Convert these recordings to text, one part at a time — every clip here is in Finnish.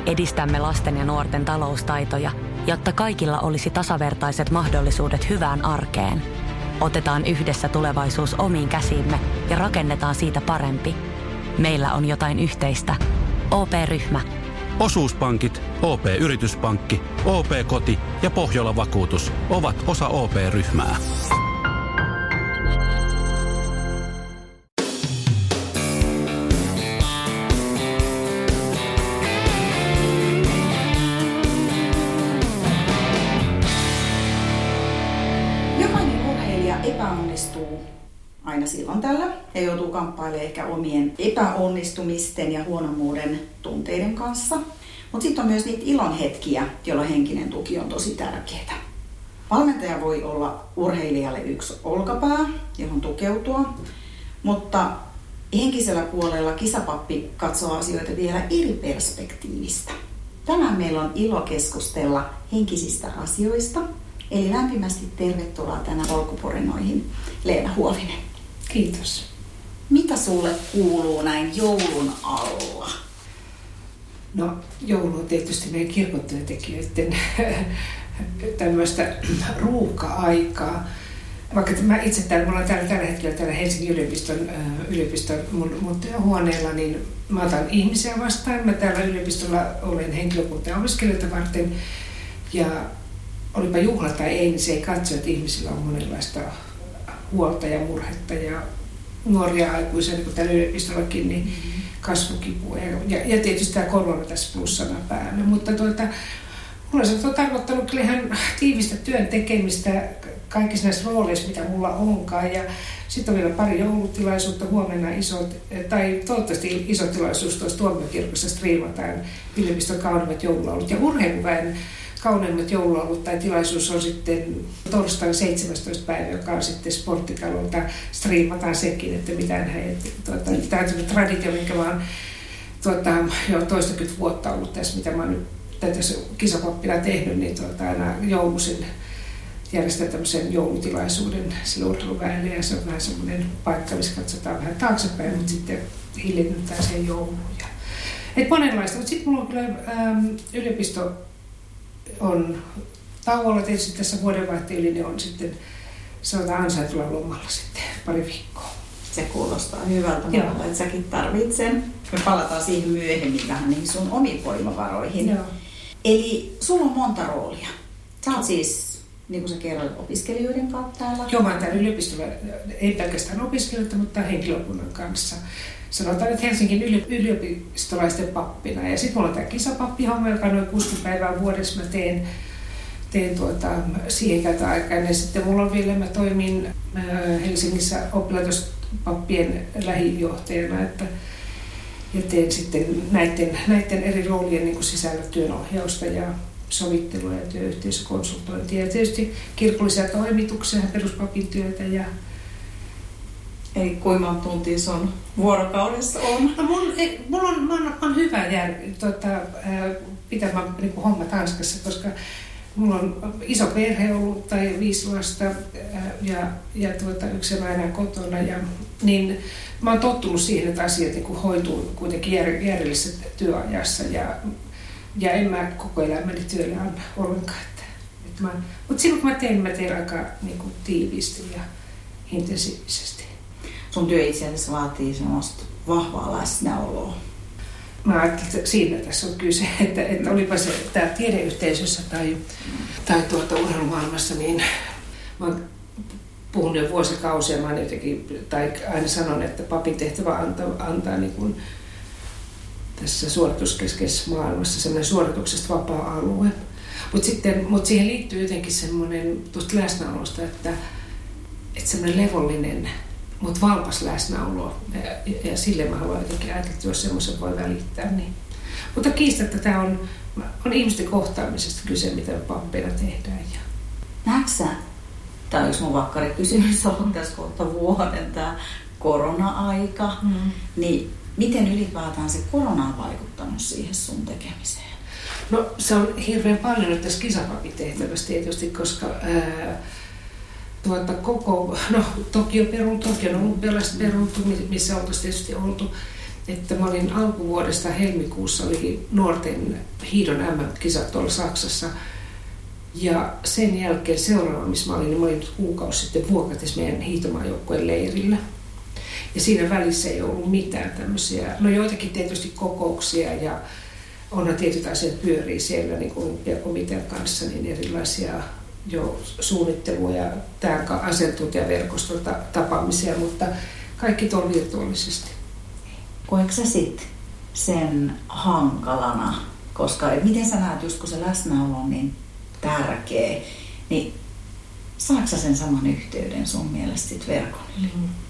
Edistämme lasten ja nuorten taloustaitoja, jotta kaikilla olisi tasavertaiset mahdollisuudet hyvään arkeen. Otetaan yhdessä tulevaisuus omiin käsiimme ja rakennetaan siitä parempi. Meillä on jotain yhteistä. OP-ryhmä. Osuuspankit, OP-yrityspankki, OP-koti ja Pohjola-vakuutus ovat osa OP-ryhmää. Jokainen urheilija epäonnistuu aina silloin tällä ja joutuu kamppailemaan ehkä omien epäonnistumisten ja huonommuuden tunteiden kanssa. Mutta sitten on myös niitä ilon hetkiä, jolloin henkinen tuki on tosi tärkeää. Valmentaja voi olla urheilijalle yksi olkapää, johon tukeutua, mutta henkisellä puolella kisapappi katsoo asioita vielä eri perspektiivistä. Tänään meillä on ilo keskustella henkisistä asioista, eli lämpimästi tervetuloa tänään Polkuporinoihin, Leena Huovinen. Kiitos. Mitä sulle kuuluu näin joulun alla? No, joulu on tietysti meidän kirkkotyöntekijöiden tämmöistä ruuhka-aikaa. Vaikka mä itse me ollaan tällä hetkellä täällä Helsingin yliopiston mun työhuoneella, niin mä otan ihmisiä vastaan. Mä täällä yliopistolla olen henkilökunta ja opiskelijoita varten. Ja olipa juhla tai ei, niin se ei katso, että ihmisillä on monenlaista huolta ja murhetta ja nuoria aikuisia, niin kuin täällä yliopistollakin, niin kasvukipua. Ja tietysti tämä korona tässä plussana päällä. Mutta mulla se on tarkoittanut kyllä ihan tiivistä työn tekemistä kaikissa näissä rooleissa, mitä mulla onkaan. Ja sitten on vielä pari joulutilaisuutta. Huomenna toivottavasti iso tilaisuus tuossa Tuomiokirkossa striimataan yliopiston kauneimmat joululaulut. Ja urheiluväen kauneimmat joululaulut tai tilaisuus on sitten torstaina 17. päivä, joka on sitten Sporttitalolta. Striimataan sekin, että mitään tämä on traditio, minkä mä oon jo toistakymmentä vuotta ollut tässä, mitä mä oon nyt tässä kisapappina tehnyt, niin aina joulusin järjestän tämmöisen joulutilaisuuden sille urheiluväelle, ja se on vähän semmoinen paikka, missä katsotaan vähän taaksepäin, mutta sitten hiljennytään sen jouluun. Et monenlaista, mutta sitten mulla on kyllä yliopisto on tauolla tietysti tässä vuodenvaihteen yli, niin on sitten sanotaan ansaitulla lomalla sitten pari viikkoa. Se kuulostaa hyvältä, että säkin tarvitset sen. Me palataan siihen myöhemmin vähän niihin sun omiin voimavaroihin. Joo. Eli sulla on monta roolia. Sä oot siis, niin kuin sä kerroit, opiskelijoiden kautta täällä. Joo, mä oon täällä yliopistolla, ei pelkästään opiskelijoita, mutta henkilökunnan kanssa. Sanotaan, että Helsingin yliopistolaisten pappina. Ja sitten mulla on tämä kisapappihomma, joka noin 60 päivää vuodessa mä teen siihen käytän aikaa. Ja sitten mulla on vielä, mä toimin Helsingissä oppilaitospappien lähijohtajana, ja teen sitten näiden eri roolien niin kuin sisällä työnohjausta ja sovittelua ja työyhteisökonsultointia. Ja tietysti kirkollisia toimituksia ja peruspapin työtä. Eli kuinka monta tuntia sun vuorokaudessa on? No mulla on hyvä pitää niin homma Tanskassa, koska mulla on iso perhe ollut tai 5 lasta ja yksi elää enää kotona. Niin mä oon tottunut siihen, että asiat niin hoituu kuitenkin järjellisessä työajassa ja en mä koko elämäni työllä anna ollenkaan. Mutta silloin kun mä teen aika niin kuin tiiviisti ja intensiivisesti. Sun työ itse asiassa vaatii semmoista vahvaa läsnäoloa. Mä ajattelin, että siinä tässä on kyse, että olipa se tää tiedeyhteisössä tai urheilumaailmassa, niin mä oon puhunut jo vuosikausia, mä tai aina sanon, että papin tehtävä antaa niin kuin tässä suorituskeskeisessä maailmassa semmoinen suorituksesta vapaa-alue. Mutta siihen liittyy jotenkin semmoinen tuosta läsnäolosta, että semmoinen levollinen, mutta valpas läsnäolo. Ja sille mä haluan jotenkin ajatella, että jos semmoisen voi välittää. Niin. Mutta kiistatta tämä on ihmisten kohtaamisesta kyse, mitä pappeina tehdään. Näetkö sä, tämä on yksi mun vakkarikysymys ollut tässä kohta vuoden, tämä korona-aika, niin miten ylipäätään se korona on vaikuttanut siihen sun tekemiseen? No se on hirveän paljon nyt tässä kisapapitehtävässä tietysti, koska Tokion olympialaiset peruttu, missä oltaisiin tietysti oltu. että mä olin alkuvuodesta helmikuussa oli nuorten hiidon MM-kisat tuolla Saksassa. Ja sen jälkeen seuraava, missä mä olin, niin mä olin kuukausi sitten Vuokatis meidän hiihtomaajoukkueen leirillä. Ja siinä välissä ei ollut mitään tämmöisiä, no joitakin tietysti kokouksia ja onhan tietyt asiat pyörii siellä niin kuin komitean kanssa, niin erilaisia jo suunnittelua ja tämän asiantuntijaverkoston tapaamisia, mutta kaikki tuolla virtuaalisesti. Koetko sä sit sen hankalana? Koska miten sä näet, just kun se läsnäolo on niin tärkeä, niin saatko sä sen saman yhteyden sun mielestä sit verkon yli?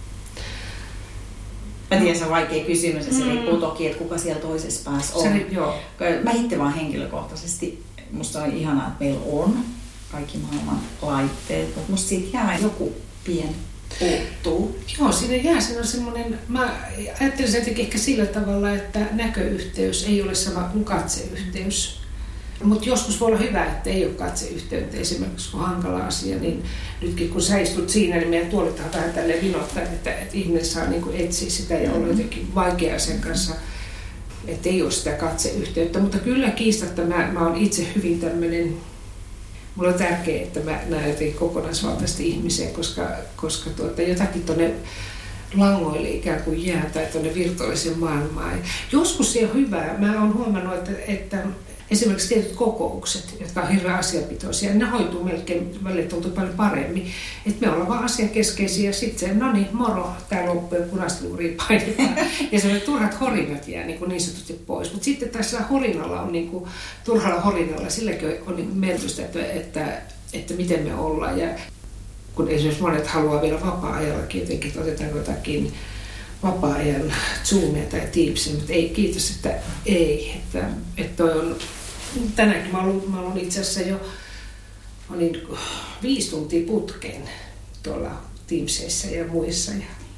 Mä tiedän, se on vaikea kysymys ja se riippuu toki, että kuka siellä toisessa päässä on. Mä itse vaan henkilökohtaisesti, musta on ihanaa, että meillä on kaikki maailman laitteet, mutta musta siitä jää joku pieni puuttuu. Joo, siinä jää. Siinä on semmoinen, mä ajattelisin jotenkin ehkä sillä tavalla, että näköyhteys ei ole sama kuin katseyhteys. Mutta joskus voi olla hyvä, että ei ole katseyhteyttä, esimerkiksi kun on hankala asia, niin nytkin kun sä istut siinä, niin meidän tuolithan vähän tälleen vinottaa, että ihminen saa niin kuin etsiä sitä ja olla jotenkin vaikea sen kanssa, että ei ole sitä katseyhteyttä. Mutta kyllä kiistatta mä oon itse hyvin tämmöinen, mulla on tärkeää, että mä näen jotenkin kokonaisvaltaisesti ihmisiä, koska jotakin tuonne langoille ikään kuin jää tai tuonne virtuaaliseen maailmaan. Joskus se on hyvä. Mä oon huomannut, että esimerkiksi tietyt kokoukset, jotka on hirveän asiapitoisia, ne hoituu melkein välillä tuntuu paljon paremmin. Että me ollaan vaan asiakeskeisiä ja sitten se, no niin, moro, tää loppuu ja punaista luuria painetaan. Ja sellaiset turhat horinat jää niin sanotusti pois. Mutta sitten tässä horinalla on niin kuin, turhalla horinalla, silläkin on niin merkitystä, että miten me ollaan. Ja kun esimerkiksi monet haluaa vielä vapaa-ajallakin jotenkin, että otetaanko jotakin vapaa-ajan Zoomia tai Teamsia, mutta ei, kiitos, että ei. Että toi on, tänäänkin mä olen itse asiassa jo 5 tuntia putkeen tuolla Teamsissa ja muissa.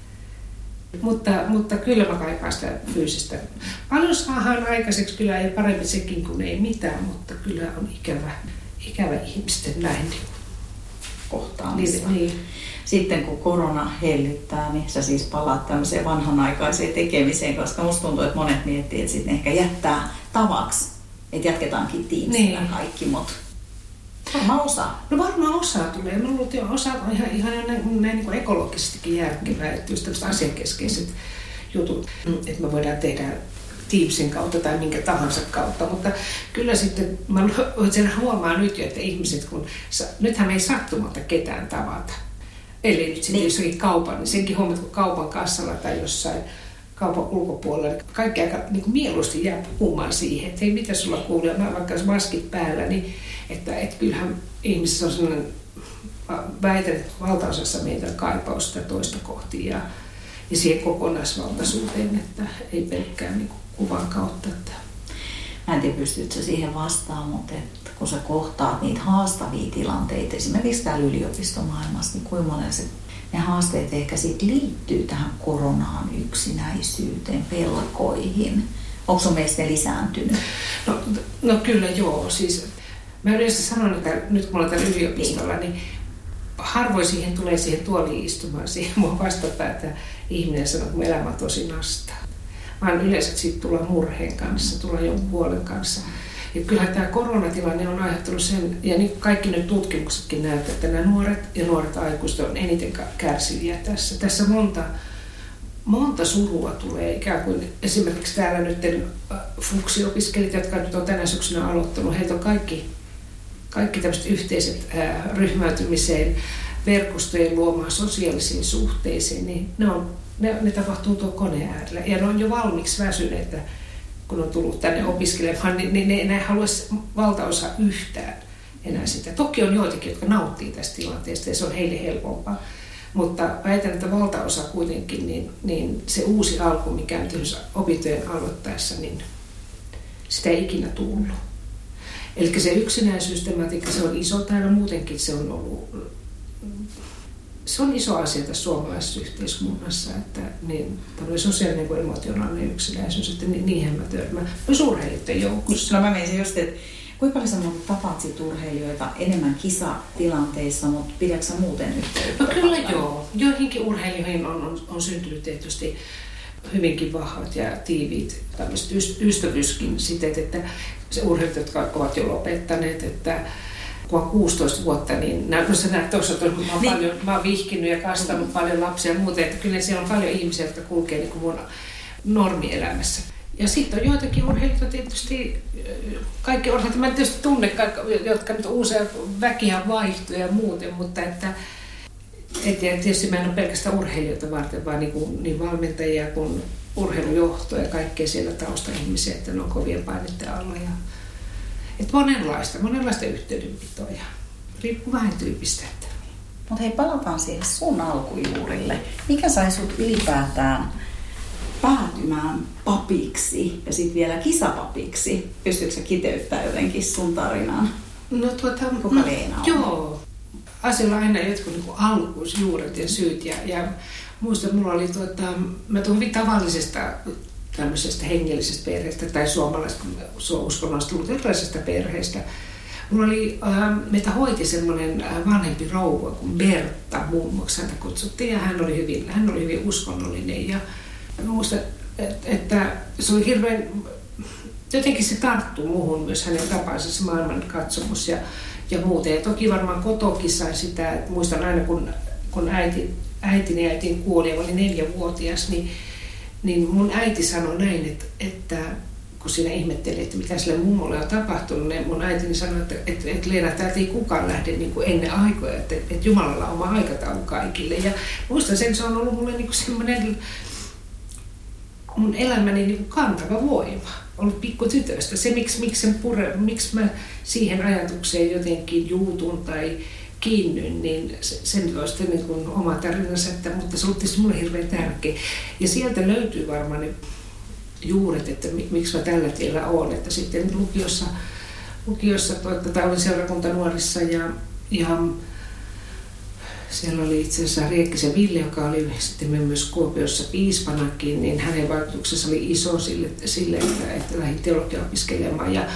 Mutta kyllä mä kaipaan sitä fyysistä. Paljon saadaan aikaiseksi, kyllä ei paremmin sekin kuin ei mitään, mutta kyllä on ikävä ihmisten näin kohtaamista. Niin. Sitten kun korona hellittää, niin sä siis palaat tämmöiseen vanhanaikaiseen tekemiseen, koska musta tuntuu, että monet miettii, että sitten ehkä jättää tavaksi, että jatketaankin Teamsilla kaikki, mutta varmaan osa. No varmaan osa tulee. Mä luulen, että osa on ihan näin niin kuin ekologisestikin järkevää, että just tämmöiset asiakeskeiset jutut, että me voidaan tehdä Teamsin kautta tai minkä tahansa kautta, mutta kyllä sitten mä huomaan nyt jo, että ihmiset, kun nythän me ei sattumalta ketään tavata. Eli nyt sitten jossakin kaupan, niin senkin huomaat, kun kaupan kassalla tai jossain kaupan ulkopuolella, niin kaikki aika niin kuin mieluusti jää puhumaan siihen, että hei, mitä sulla kuulee, mä vaikka jos maskit päällä, niin että kyllähän ihmisissä on sellainen, väitän, että valtaosassa meitä kaipausta toista kohti ja siihen kokonaisvaltaisuuteen, että ei pelkkään niin kuin kuvan kautta. Että. Mä en tiedä, pystytkö sä siihen vastaan, mutta kun sä kohtaat niitä haastavia tilanteita, esimerkiksi täällä yliopistomaailmassa, niin kuinka monella ne haasteet ehkä sitten liittyy tähän koronaan, yksinäisyyteen, pelkoihin. Onko sun mielestä ne lisääntynyt? No kyllä joo. Siis, mä yleensä sanon, että nyt kun ollaan täällä yliopistolla, niin harvoin tulee siihen tuoliin istumaan siihen mua vastata, että ihminen sanoo, että elämä on tosi nastaa. Vaan yleensä siitä tullaan murheen kanssa, tullaan jonkun huolen kanssa. Ja kyllähän tämä koronatilanne on aiheuttanut sen, ja niin kaikki nyt tutkimuksetkin näyttävät, että nämä nuoret aikuiset on eniten kärsiviä tässä. Tässä monta surua tulee, ikään kuin esimerkiksi täällä nyt FUKSI-opiskelijat, jotka nyt on tänä syksynä aloittanut, heiltä on kaikki tämmöiset yhteiset ryhmäytymiseen, verkostojen luomaan sosiaalisiin suhteisiin, niin ne tapahtuu tuon koneen äärellä. Ja ne on jo valmiiksi väsyneitä, kun on tullut tänne opiskelemaan, niin ne ei haluaisi valtaosa yhtään enää sitä. Toki on joitakin, jotka nauttii tästä tilanteesta ja se on heille helpompaa. Mutta väitän, että valtaosa kuitenkin, niin se uusi alku, mikä on opintojen aloittaessa, niin sitä ei ikinä tullut. Eli se yksinäisyystematiikka, se on iso täällä muutenkin, se on ollut. Se on iso asia tässä suomalaisessa yhteiskunnassa, että niin tämmöinen sosiaalinen kuin emotionaalinen yksinäisyys, että niihin mä törmään. Myös urheilijoiden joukossa. No mä menisin just, että kuinka paljon sä tapaat sit urheilijoita enemmän kisatilanteissa, mutta pidätkö sä muuten yhteyttä? No kyllä joo. Joihinkin urheilijoihin on syntynyt tietysti hyvinkin vahvat ja tiiviit tämmöiset ystävyyskin siteet, että se urheilijat, jotka ovat jo lopettaneet, että kun on 16 vuotta, niin sä näet tuossa, että mä oon vihkinyt ja kastanut paljon lapsia ja muuta, että kyllä siellä on paljon ihmisiä, jotka kulkee niin kuin mun normielämässä. Ja sitten on joitakin urheilijoita tietysti, kaikki urheilijat, mä en tietysti tunne, jotka nyt uusia väkiä vaihtuu ja muuten, mutta että tietysti mä en ole pelkästään urheilijoita varten, vaan niin valmentajia kuin urheilujohtoja ja kaikkea siellä taustaihmisiä, että ne on kovien paineiden alla. Että monenlaista yhteydenpitoa ja riippuu vähän tyypistä. Mutta hei, palataan siihen sun alkujuurille. Mikä sai sut ylipäätään päätymään papiksi ja sitten vielä kisapapiksi? Pystytkö sä kiteyttämään jotenkin sun tarinaan? No kuka Leena on? Joo. Asialla on aina jotkut niin alkujuuret ja syyt. Ja muistan, mulla oli mä tuun hyvin tavallisesta tämmöisestä hengellisestä perheestä tai suomalaisesta uskonnollisesta luterilaisesta perheestä. Mulla oli, meitä hoiti semmoinen vanhempi rouva kuin Bertta mummoksi häntä kutsuttiin ja hän oli hyvin uskonnollinen ja muistan, että se oli hirveän, jotenkin se tarttui muuhun myös hänen tapansa, se maailmankatsomus ja muuten. Ja toki varmaan kotokin sai sitä, että muistan aina kun äitini ja äitin kuoli ja oli 4-vuotias, niin mun äiti sanoi näin, että kun siinä ihmetteli, että mitä sille mummolle on tapahtunut, niin mun äitini sanoi, että Leena, täältä ei kukaan lähde niin kuin ennen aikoja, että Jumalalla on oma aikataulu kaikille. Ja muistan sen, se on ollut mulle niin kuin semmoinen mun elämäni niin kuin kantava voima, ollut pikkutytöstä. Se, miksi mä siihen ajatukseen jotenkin juutun tai kiinnyin, niin se nyt on sitten niin kuin oma tarinansa, mutta se on tietysti mulle hirveän tärkeä. Ja sieltä löytyy varmaan ne juuret, että miksi mä tällä tiellä olen. Että sitten lukiossa olin seurakuntanuorissa ja siellä oli itse asiassa Riekkisen Ville, joka oli sitten myös Kuopiossa piispanakin, niin hänen vaikutuksensa oli iso sille että lähdin teologiaa opiskelemaan. Ja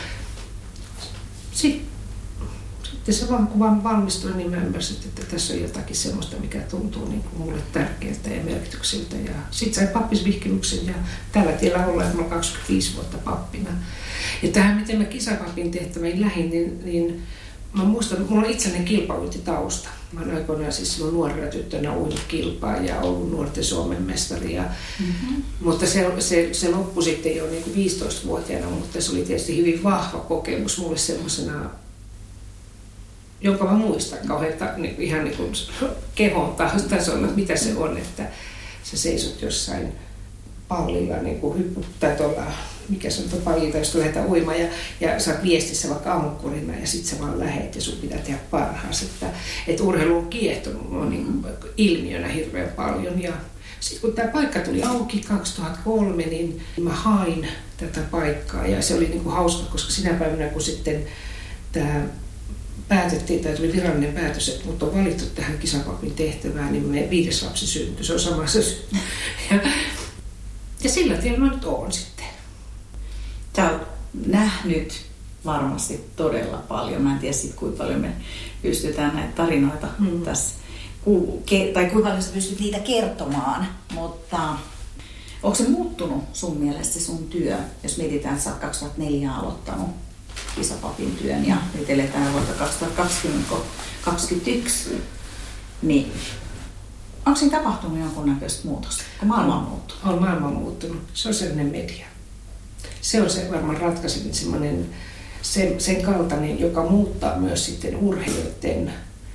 sitten se vaan kun vaan valmistuin, niin mä ymmärsin, että tässä on jotakin semmoista, mikä tuntuu niin kuin mulle tärkeältä ja merkitykseltä. Ja sitten sain pappisvihkimyksen ja tällä tiellä ollaan, että mä olen 25 vuotta pappina. Ja tähän, miten mä kisapapin tehtäviin lähdin, niin mä muistan, mulla on itselleen kilpauintitausta. Mä olen aikoinaan siis nuorena tyttönä uinut kilpaa ja ollut nuorten Suomen mestari. Mutta se loppui sitten jo niin kuin 15-vuotiaana, mutta se oli tietysti hyvin vahva kokemus mulle semmoisena, jonka mä muistan kauhean ihan niin kuin kehon tasolla, mitä se on, että sä seisot jossain pallilla, niin kuin tai tuolla, mikä se on tuo pallilta, jos lähdetään uimaan ja sä oot viestissä vaikka aamukkurina ja sit sä vaan lähet ja sun pitää tehdä parhaas. Että urheilu on kiehtonut niin kuin ilmiönä hirveän paljon. Ja sitten kun tämä paikka tuli auki 2003, niin mä hain tätä paikkaa ja se oli niin kuin hauska, koska sinä päivänä kun sitten tämä päätettiin, tai tuli virallinen päätös, että mut on valittu tähän kisapapin tehtävään, niin meidän 5. lapsi syntyi. Se on samassa ja sillä tiellä mä nyt oon sitten. Sä oot nähnyt varmasti todella paljon. Mä en tiedä sit, kuinka paljon me pystytään näitä tarinoita tässä, tai kuinka paljon sä pystyt niitä kertomaan. Mutta onko se muuttunut sun mielestä sun työ, jos mietitään, että sä oot 2004 aloittanut kisapapin työn ja nyt eletään vuotta 2021, niin onko siinä tapahtunut jonkunnäköistä muutosta, kun maailma on muuttunut? On maailma muuttunut. Sosiaalinen media. Se on se varmaan ratkaisevin semmoinen sen kaltainen, joka muuttaa myös sitten urheilijoiden,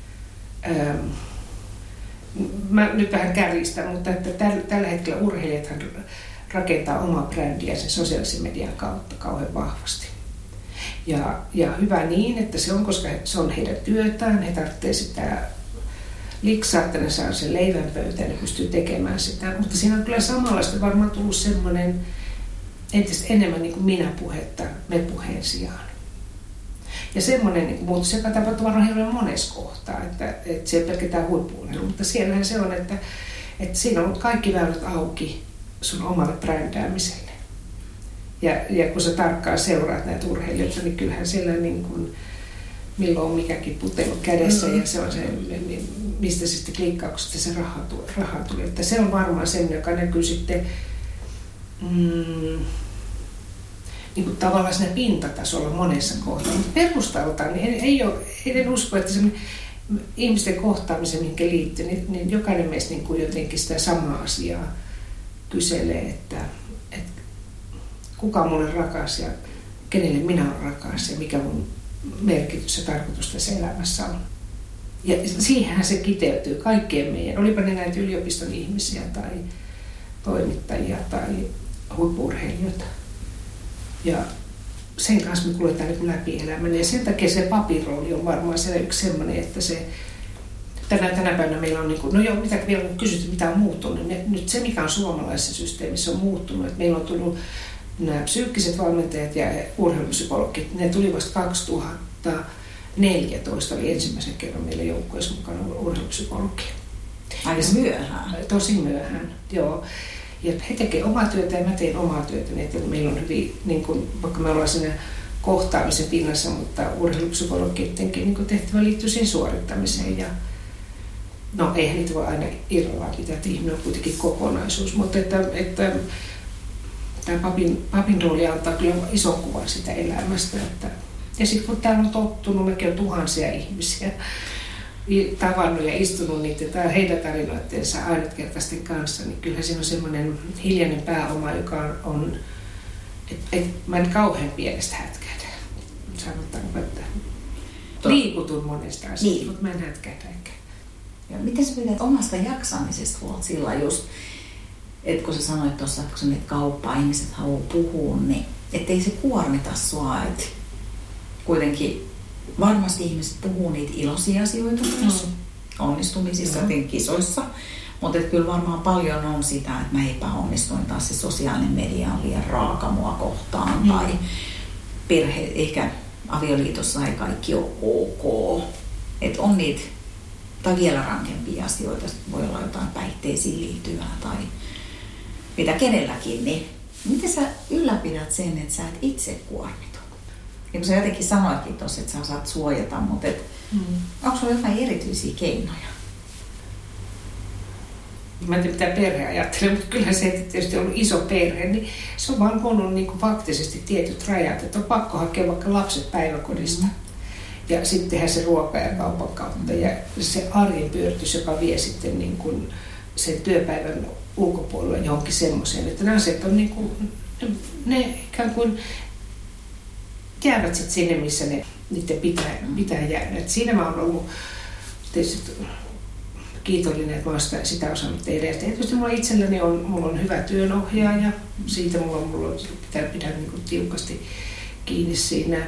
mä nyt vähän kärjistän, mutta että tällä hetkellä urheilijathan rakentaa omaa brändiä sen sosiaalisen median kautta kauhean vahvasti. Ja hyvä niin, että se on, koska se on heidän työtään, he tarvitsee sitä liksaa, että ne saa sen leivän pöytään ja pystyy tekemään sitä. Mutta siinä on kyllä samanlaista varmaan tullut semmoinen entistä enemmän niin kuin minä-puhetta me-puheen sijaan. Ja semmoinen niin muutos, joka tapahtuu varmaan hirveän monessa kohtaa, että se ei pelkästään huippu-urheilu, mutta siellähän se on, että siinä on kaikki väylät auki sun omalle brändäämiselle. Ja kun sä tarkkaan seuraat näitä urheilijoita, niin kyllähän siellä niin kuin, milloin on mikäkin putelu kädessä ja se on se, mistä sitten klikkauksesta se raha tulee. Että se on varmaan sen, joka näkyy sitten niin kuin tavallaan siinä pintatasolla monessa kohtaa. Mutta perustaltaan niin en usko, että se ihmisten kohtaamisen, mihinkä liittyy, niin jokainen meistä niin kuin jotenkin sitä samaa asiaa kyselee, että kuka on mulle rakas ja kenelle minä olen rakas ja mikä mun merkitys ja tarkoitus tässä elämässä on. Ja siihenhän se kiteytyy kaikkien meidän, olipa ne näitä yliopiston ihmisiä tai toimittajia tai huippu-urheilijoita. Ja sen kanssa me kuljetaan niin läpi elämän. Ja sen takia se papin rooli on varmaan siellä yksi semmoinen, että se tänä päivänä meillä on, niin kuin, no joo, mitä vielä on kysytty, mitä on muuttunut. Nyt se, mikä on suomalaisessa systeemissä on muuttunut, että meillä on tullut nämä psyykkiset valmentajat ja urheilupsykologit, ne tuli vasta 2014, oli ensimmäisen kerran meillä joukkueessa mukana urheilupsykologia. Aika myöhään. Tosi myöhään, joo. Ja he tekevät omaa työtä ja mä teen omaa työtä, että meillä on hyvin, niin kuin, vaikka me ollaan siinä kohtaamisen pinnassa, mutta urheilupsykologiittenkin niin tehtävä liittyy siihen suorittamiseen. Ja, no eihän niitä voi aina irrallaan pitää, että ihminen on kuitenkin kokonaisuus, mutta että tämä papin rooli antaa kyllä ison kuvan sitä elämästä. Ja sitten kun täällä on tottunut, mekin on tuhansia ihmisiä tavannut ja istunut niiden heidän tarinoittensa ainutkertaisten kanssa, niin kyllä siinä on semmoinen hiljainen pääoma, joka on että mä en kauhean pienestä hätkähdä. Sanotaanko, että liikutun monesta asiasta, mutta mä en hätkähdä. Ja miten sä pidät omasta jaksamisesta huolta sillä just, että kun sä sanoit tuossa, kun sä menet kauppaan, ihmiset haluaa puhua, niin ettei se kuormita sua, että kuitenkin varmasti ihmiset puhuu niitä iloisia asioita myös onnistumisissa ja kisoissa, mutta kyllä varmaan paljon on sitä, että mä epäonnistuin taas, se sosiaalinen media on liian raaka mua kohtaan tai perhe, ehkä avioliitossa ei kaikki ole ok, että on niitä tai vielä rankempia asioita, voi olla jotain päihteisiin liittyvää tai mitä kenelläkin, niin miten sä ylläpidät sen, että sä et itse kuormitu? Ja kun sä jotenkin sanoitkin tuossa, että sä saat suojata, mutta onko sulla jotain erityisiä keinoja? Mä en tiedä, mitä perhe ajattelee, mutta kyllähän se, että tietysti on ollut iso perhe, niin se on vaan luonut niin kuin faktisesti tietyt rajat, että on pakko hakea vaikka lapset päiväkodista. Ja sitten tehdään se ruoka ja kaupan kautta ja se arjen pyöritys, joka vie sitten niin kuin sen työpäivän ulkopuolella johonkin semmoiseen, että nämä asiat on niin kuin, ne ikään kuin jäävät sitten sinne, missä niiden pitää jäädä. Et siinä mä oon ollut tietysti kiitollinen, että mä oon sitä osannut tehdä. Ja tietysti mulla itselläni mulla on hyvä työnohjaaja, siitä mulla pitää pidä niin kuin tiukasti kiinni siinä.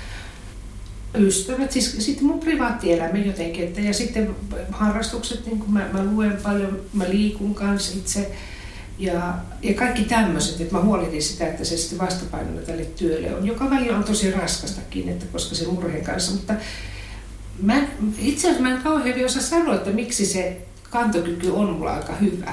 Ystävät, siis sitten mun privaattielämä jotenkin, ja sitten harrastukset, niin kun mä luen paljon, mä liikun kanssa itse ja kaikki tämmöiset, että mä huolehdin sitä, että se sitten vastapainona tälle työlle on, joka välillä on tosi raskastakin, että koska se murheen kanssa, mutta itse asiassa mä en kauhean hyvin osaa sanoa, että miksi se kantokyky on mulla aika hyvä.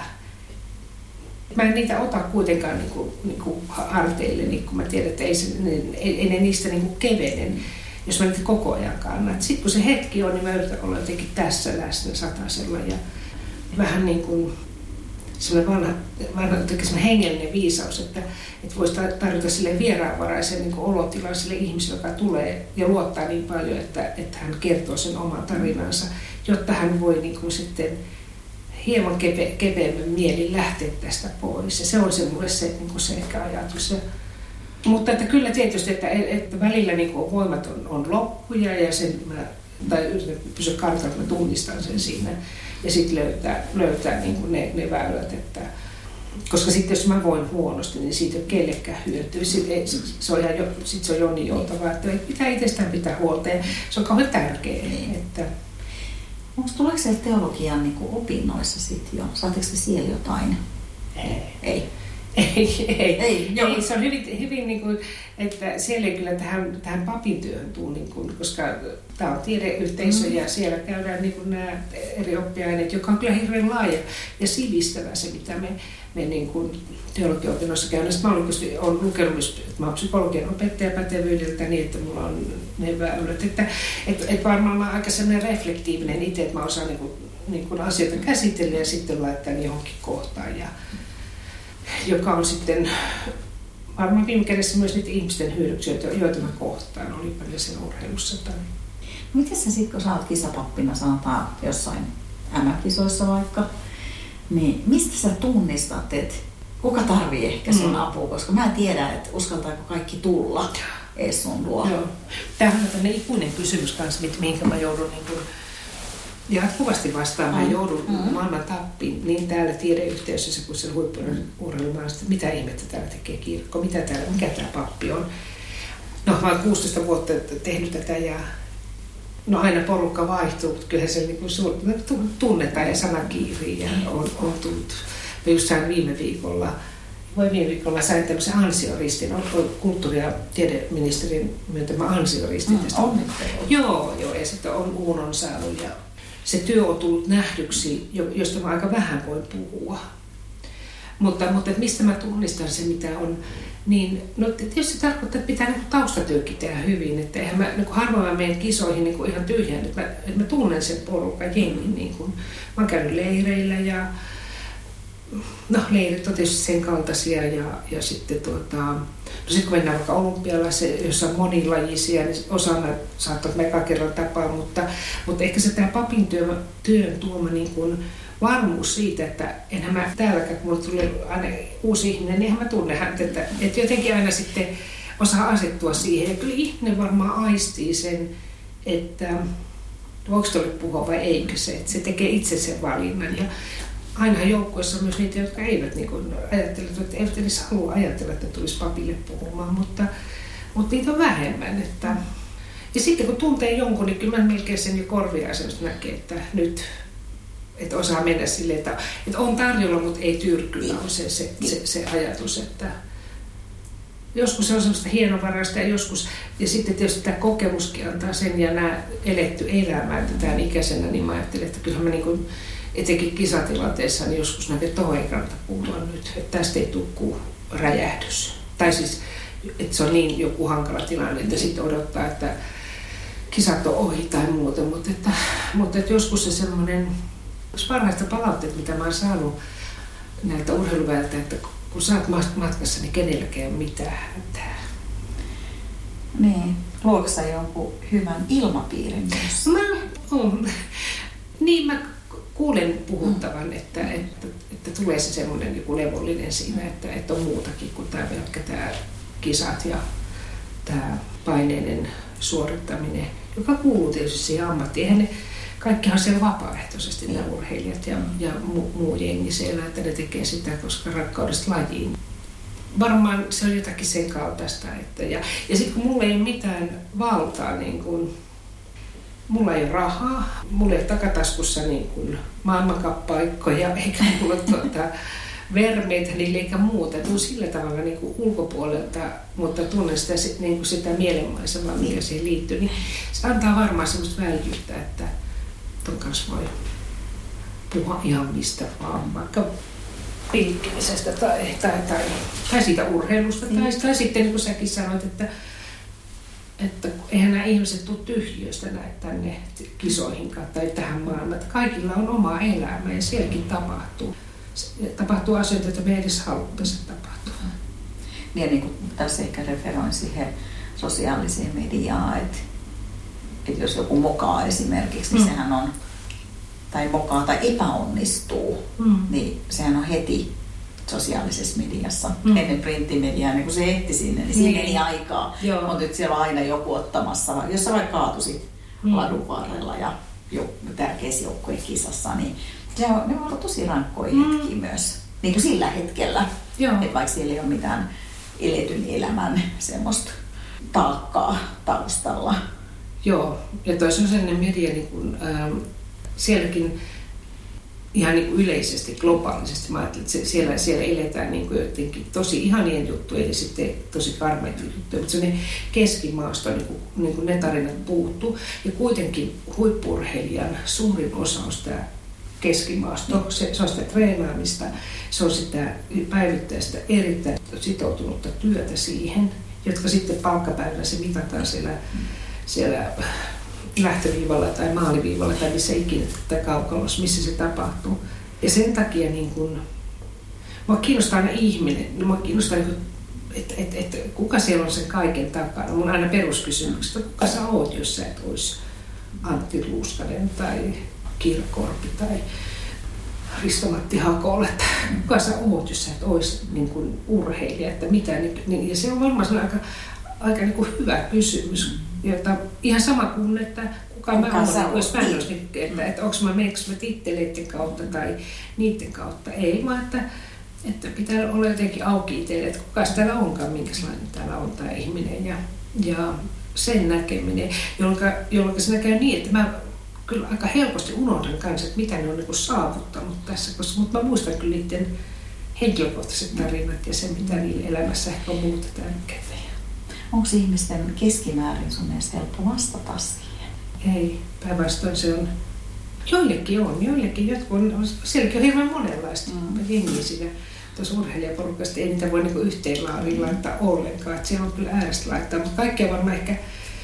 Mä en niitä ota kuitenkaan niin kuin harteille, niin kun mä tiedän, että ei ne niistä niin kuin kevene. Jos mä niitä koko ajan kannan. Sitten kun se hetki on, niin mä yritän olla jotenkin tässä läsnä satasella. Ja vähän niin kuin sellainen vanha hengellinen viisaus, että voisi tarjota sille vieraanvaraisen niin kuin olotilan sille ihmiselle, joka tulee ja luottaa niin paljon, että hän kertoo sen oman tarinansa, jotta hän voi niin kuin sitten hieman keveämmän mielin lähteä tästä pois. Ja se on se mulle se, niin kuin se ehkä ajatus. Mutta että kyllä tietysti, että välillä niin kuin voimat on loppuja ja tai yritän pysyä kartalla, että mä tunnistan sen siinä ja sitten löytää niin kuin ne väylät. Koska sitten jos mä voin huonosti, niin siitä ei ole kellekään hyötyä. Sitten se on jo niin joutavaa, että pitää itsestään pitää huolta ja se on kauhean tärkeää. Tuleeko se teologian niin kuin opinnoissa sitten jo? Saatteko te siellä jotain? Ei. Ei, se on hyvin niin kuin, että siellä ei kyllä tähän papin työhön tule, niin kuin, koska tämä on tiedeyhteisö ja siellä käydään niin kuin nämä eri oppiaineet, joka on kyllä hirveän laaja ja sivistävä se, mitä me niin kuin teologiaopinnoissa käydään. Mä olen lukenut myös, että mä olen psykologian opettajapätevyydeltä niin, että mulla on ne väylät. Että varmaan mä olen aika sellainen reflektiivinen itse, että mä osaan niin kuin asioita käsitellä ja sitten laittaa johonkin kohtaan. joka on sitten varmaan viime kädessä myös niitä ihmisten hyödyksiä, joita mä kohtaan, olipa ne sen urheilussa tai... Miten sä sitten, kun sä oot kisapappina, sanotaan jossain MM-kisoissa vaikka, niin mistä sä tunnistat, että kuka tarvii ehkä sun apua? Koska mä en tiedä, että uskaltaako kaikki tulla ees sun luo. Joo. Tämähän on tämmöinen ikuinen kysymys kanssa, mihinkä mä joudun niin kuin jatkuvasti vastaamaan. Mä joudun maailman tappiin niin täällä tiedeyhteisössä kuin siellä huippu-urheilumaailmassa, että mitä ihmettä täällä tekee kirkko, mikä tämä pappi on. No, mä oon 16 vuotta tehnyt tätä ja no aina porukka vaihtuu, mutta kyllähän se niin tunnetaan ja sana kiirii ja on tullut. Mä just sain viime viikolla sain tämmöisen ansioristin, kulttuuri- ja tiedeministerin myöntämä ansioristin. Joo, ja sitten on Uunon saanut ja se työ on tullut nähdyksi, josta mä aika vähän voin puhua. Mutta mistä mä tunnistan se, mitä on, niin no tietysti se tarkoittaa, että pitää niin taustatyökin tehdä hyvin. Että eihän mä niin harvoin mä menen kisoihin niin ihan tyhjään, että mä tunnen sen porukan jengin. Niin kuin, mä oon käynyt leireillä ja no leirit on tietysti sen kaltaisia ja sitten sit kun mennään vaikka olympialaiseen, jossa on monilajisia, niin osana saattaa meka kerran tapaa, mutta ehkä se tämä papin työn tuoma niin kuin varmuus siitä, että enhän mä täälläkään, kun mulle tulee aina uusi ihminen, niin enhän mä tunne häntä, että jotenkin aina sitten osaa asettua siihen. Ja kyllä ihminen varmaan aistii sen, että voiko tuolle puhua vai eikö se, että se tekee itse sen valinnan. Ja ainahan joukkueessa on myös niitä, jotka eivät niin kuin ajattelevat, että eivät edes halua ajatella, että tulisi papille puhumaan, mutta niitä on vähemmän. Että... Ja sitten kun tuntee jonkun, niin kyllä mä melkein sen jo korviaisemmin näkee, että nyt että osaa mennä silleen, että on tarjolla, mutta ei tyrkyllä on se ajatus, että joskus se on semmoista hienovaraista ja sitten tietysti tämä kokemuskin antaa sen ja nämä eletty elämä, että tämän ikäisenä, niin mä ajattelin, että kyllähän mä niin kuin etenkin kisatilanteessa niin joskus näin, että tohon ei kannata puhua nyt, että tästä ei tule kuin räjähdys. Tai siis, että se on niin joku hankala tilanne, että sitten odottaa, että kisat on ohi tai muuta, mutta että joskus se semmoinen parhaista palautteet, mitä mä oon saanut näiltä urheiluväiltä, että kun sä oot matkassa, niin kenelläkään ei ole mitään hätää. Niin, luoko sä jonkun hyvän ilmapiirin myös? Mä kuulen puhuttavan, että tulee se semmoinen joku levollinen siinä, että on muutakin kuin tämä kisat ja tämä paineinen suorittaminen, joka kuuluu tietysti siihen ammattiin. Kaikkihan siellä vapaaehtoisesti nämä urheilijat ja muu jengi siellä, että ne tekee sitä, koska rakkaudesta lajiin. Varmaan se on jotakin sen kaltaista. Ja sitten kun mulla ei ole mitään valtaa, niin kun, mulla ei ole rahaa, mulla ei ole takataskussa niin kun maailmankappaikkoja, eikä mulla ole vermeitä niille eikä muuta. Tuun sillä tavalla niin kuin ulkopuolelta, mutta tunnen sitä mielenmaisemaa, mikä siihen liittyy. Niin se antaa varmaan semmoista väljyyttä, että ton kanssa voi puhua ihan mistä vaan, vaikka pilkkimisestä tai siitä urheilusta. Tai sitten niin kuin säkin sanoit, että eihän nämä ihmiset tule tyhjiöstä tänne kisoihin tai tähän maailmaan. Että kaikilla on oma elämä ja sielläkin tapahtuu asioita, joita me ei edes haluta se tapahtua. Niin kuin tässä ehkä referoin siihen sosiaaliseen mediaan, että jos joku mokaa esimerkiksi, niin sehän on, tai mokaa tai epäonnistuu, niin sehän on heti sosiaalisessa mediassa. Ennen printtimediaa, niin kun se ehti sinne, niin siinä meni aikaa. Mutta nyt siellä on aina joku ottamassa, jos sä vaikka kaatusit ladun varrella ja tärkeissä joukkueen kisassa, niin ne on ollut tosi rankkoja hetkiä myös, niin kuin sillä hetkellä. Että vaikka siellä ei ole mitään eletyn elämän semmoista taakkaa taustalla. Joo, ja toi sosiaalinen media, niin kun, sielläkin ihan niin kuin yleisesti, globaalisesti, mä ajattelin, että siellä eletään niin kuin jotenkin tosi ihanien juttuja ja sitten tosi karmeita juttuja, mutta se keskimaasto, niin kuin ne tarinat puuttuu. Ja kuitenkin huippu-urheilijan suurin osa on sitä keskimaasto, se on sitä treenaamista, se on sitä päivittäistä erittäin sitoutunutta työtä siihen, jotka sitten palkkapäivänä se mitataan siellä lähtöviivalla tai maaliviivalla tai missä ikinä tai kaukalossa, missä se tapahtuu. Ja sen takia niin kun, Mua kiinnostaa aina ihminen. Mua kiinnostaa, että kuka siellä on sen kaiken takana. Mun aina peruskysymys, että kuka sä oot, jos sä et olisi Antti Ruuskanen tai Kirkorpi tai Risto-Matti Hakola. Kuka sä oot, jos sä et olisi niin kuin urheilija. Että mitä, niin, ja se on varmaan aika niin kuin hyvä kysymys. Jota, ihan sama kuin, että kuka mä olen, jos mä en olisi, että onko meneekö mä titteleiden kautta tai niiden kautta. Ei, vaan että pitää olla jotenkin auki itselle, että kuka täällä onkaan, minkälainen täällä on tämä ihminen ja sen näkeminen, jolloin se käy niin, että mä kyllä aika helposti unohdan kanssa, että mitä ne on niin saavuttanut tässä, mutta mä muistan kyllä niiden henkilökohtaiset tarinat ja se, mitä niillä elämässä ehkä on muuta tärkeää. Onko ihmisten keskimäärin sun mielestä helppo vastata siihen? Ei, päinvastoin se on. Joillekin jotkut on, sielläkin on hirveän monenlaista jengiä siinä tuossa urheilijaporukasta, ei niitä voi niinku yhteen laariin laittaa ollenkaan, että siellä on kyllä äärestä laittaa, mutta kaikkea varmaan ehkä,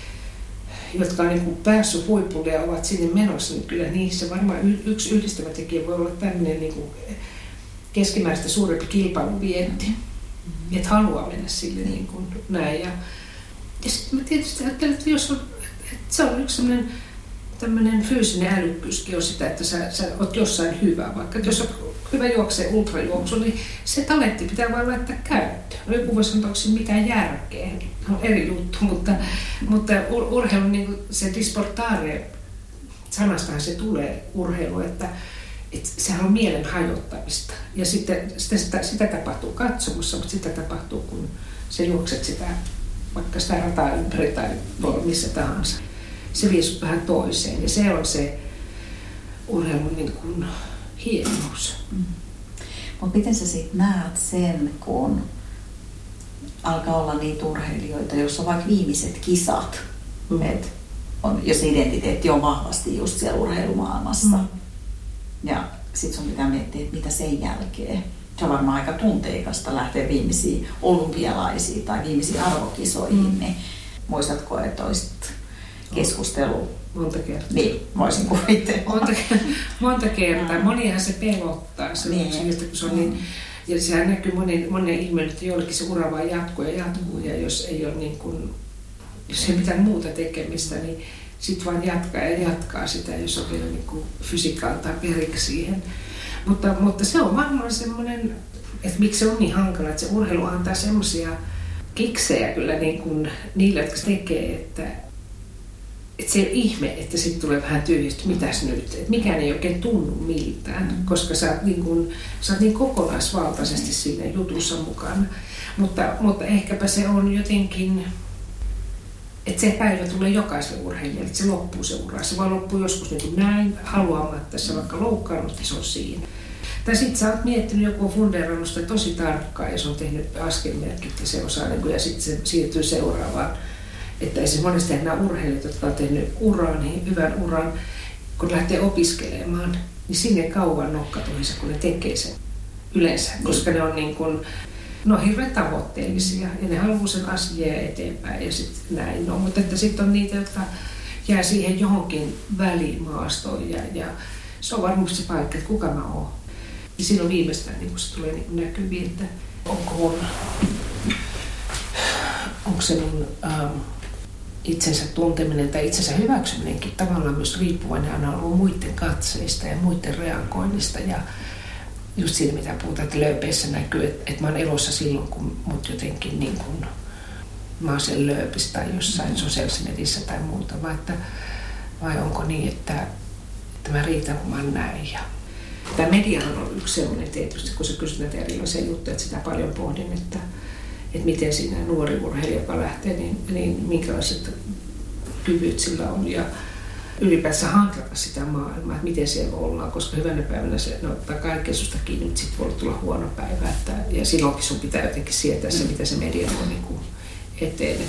jotka on niinku päässyt huipulle ja ovat sinne menossa, niin kyllä niissä varmaan yksi yhdistävä tekijä voi olla tämmöinen niinku keskimääräistä suurempi kilpailuvienti, että haluaa mennä sille niin kuin näin. Ja sitten mä tietysti ajattelen, että jos on, että se on yksi tämmöinen fyysinen älykkyyskin on sitä, että sä oot jossain hyvä. Vaikka jos on hyvä juoksee ultrajuoksu, niin se talentti pitää vain laittaa käyttöön. No joku voi sanoa, onko siinä mitään järkeä. On eri juttu, mutta urheilun niin se disportare sanastahan se tulee urheilu, että sehän on mielen hajottamista. Ja sitten sitä tapahtuu katsomussa, mutta sitä tapahtuu, kun sä juokset sitä, vaikka sitä rataa ympäri tai missä tahansa. Se vie sut vähän toiseen ja se on se urheilun niin kuin hienous. Mutta miten sä sitten näet sen, kun alkaa olla niitä urheilijoita, joissa on vaikka viimeiset kisat, jos identiteetti on vahvasti just siellä urheilumaailmassa. Ja sit sun pitää miettiä, että mitä sen jälkeen. Se on varmaan aika tunteikasta lähteä viimeisiin olympialaisiin tai viimeisiin arvokisoihin. Niin muistatko, että olisit keskustelu? Monta kertaa. Niin, voisin kuvitella. Monta kertaa. Monihan se pelottaa. Se on niin, ja sehän näkyy monen ilmiön, että joillekin se ura vaan jatkuu. Ja jos ei ole niin kuin, jos ei mitään muuta tekemistä, niin sitten vaan jatkaa sitä, jos on vielä niin kuin fysiikka antaa periksi siihen. Mutta se on varmaan semmoinen, että miksi se on niin hankala, että se urheilu antaa semmoisia kiksejä kyllä niin kuin niille, jotka tekee, että se ei ole ihme, että sitten tulee vähän tyhjistä, mitäs nyt, että mikään ei oikein tunnu miltään, koska sä oot niin kokonaisvaltaisesti siinä jutussa mukana. Mutta ehkäpä se on jotenkin, että se päivä tulee jokaiselle urheilijalle, että se loppuu se ura. Se voi loppua joskus niin kuin näin, haluamatta, että sä vaikka loukkaannut, niin se on siinä. Tai sitten sä oot miettinyt joku fundeerannut sitä tosi tarkkaan ja se on tehnyt askelmerkit ja se osaa, niin kuin, ja sitten se siirtyy seuraavaan. Että ei se monesti nämä urheilijat, jotka on tehnyt uran, niin hyvän uran, kun lähtee opiskelemaan, niin sinne kauan nokkatuhinsa, kun ne tekee sen yleensä, koska ne on niin kuin, ne on hirveän tavoitteellisia ja ne haluaa sen asian eteenpäin ja sitten näin. No, mutta sitten on niitä, jotka jää siihen johonkin välimaastoon ja se on varmasti se paikka, että kuka mä oon. Ja silloin viimeistään niin kun se tulee niin näkyviin, että onko se mun itsensä tunteminen tai itsensä hyväksyminenkin tavallaan myös riippuvainen aina ollut muiden katseista ja muiden reagoinnista ja just siinä, mitä puhutaan, että lööpeissä näkyy, että mä oon elossa silloin, kun mut jotenkin niin kuin mä oon siellä lööpissä tai jossain sosiaalisessa mediassa tai muuta, vai onko niin, että mä riitän, kun mä oon näin. Ja tämä mediahan on yksi sellainen tietysti, kun sä kysyt näitä erilaisia juttuja, että sitä paljon pohdin, että miten siinä nuori urheilija, joka lähtee, niin minkälaiset kyvyt sillä on ja ylipäänsä hanklata sitä maailmaa, että miten siellä ollaan, koska hyvänä päivänä se ottaa kaikkea susta kiinni, mutta sitten voi tulla huono päivä. Ja silloinkin sun pitää jotenkin sietää se, mitä se media on niin kuin eteen.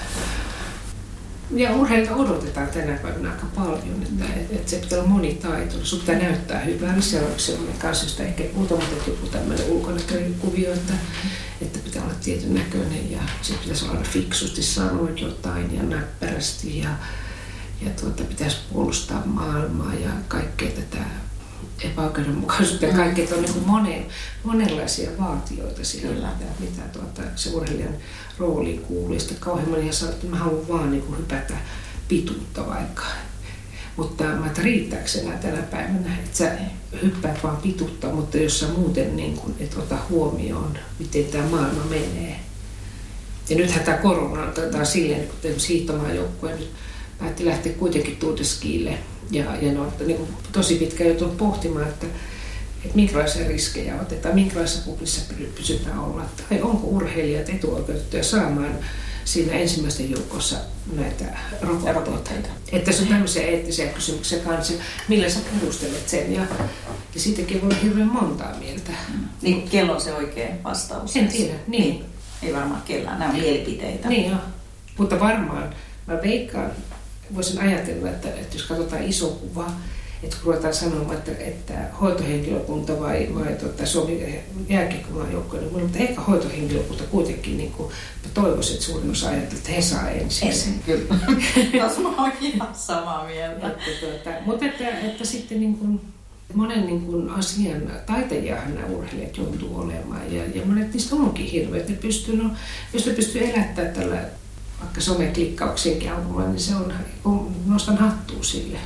Ja urheilta odotetaan tänä päivänä aika paljon, että se pitää olla monitaitoinen. Sun pitää näyttää hyvää. Se on sellainen kanssa, josta ehkä muutamat joku tämmöinen ulkonäköinen kuvio, että pitää olla tietyn näköinen ja sitten pitäisi olla fiksusti sanoa jotain ja näppärästi ja pitäisi puolustaa maailmaa ja kaikkea tätä epäoikeudenmukaisuutta ja kaikki, että on niin monenlaisia vaatioita siellä, mitä se urheilijan rooliin kuuluu. Sitten kauhean moni sanoo, että mä haluan vaan niin hypätä pituutta vaikka. Mutta että riittääkö se enää tänä päivänä, että sä hyppäät vaan pituutta, mutta jos sä muuten niin kun, et ota huomioon, miten tämä maailma menee. Ja nythän tämä korona otetaan silleen, kun hiihtomaajoukkue nyt päätti lähteä kuitenkin Tour de Skille. Ja ne on niin tosi pitkään joutunut pohtimaan, että minkälaisia riskejä otetaan, minkälaisessa kuplissa pysytään olla. Tai onko urheilijat etuoikeutettuja saamaan siinä ensimmäisten joukossa näitä rokotteita. Että se on tämmöisiä eettisiä kysymyksiä kanssa, millä sä perustelet sen. Ja siitäkin voi olla hirveän montaa mieltä. Niin kello on se oikea vastaus. En tiedä, niin. Ei varmaan kellään, nämä on mielipiteitä. Niin joo, mutta varmaan mä veikkaan, voisin ajatella, että jos katsotaan iso kuva, että kun ruvetaan sanomaan, että hoitohenkilökunta vai Suomen jääkiekkojoukkoja, mutta ehkä hoitohenkilökunta kuitenkin, niin kuin toivoisin, että suurin osa ajattelee, että he saa ensin. Kyllä. Tässä mä oon ihan samaa mieltä. Mutta että sitten niin kuin monen niin kuin asian taiteilijahan nämä urheilijat joutuu olemaan ja monet niistä onkin hirveät. Jos ne pystyy elättämään tällä vaikka someklikkauksienkin avulla, niin se on, nostan hattua sille.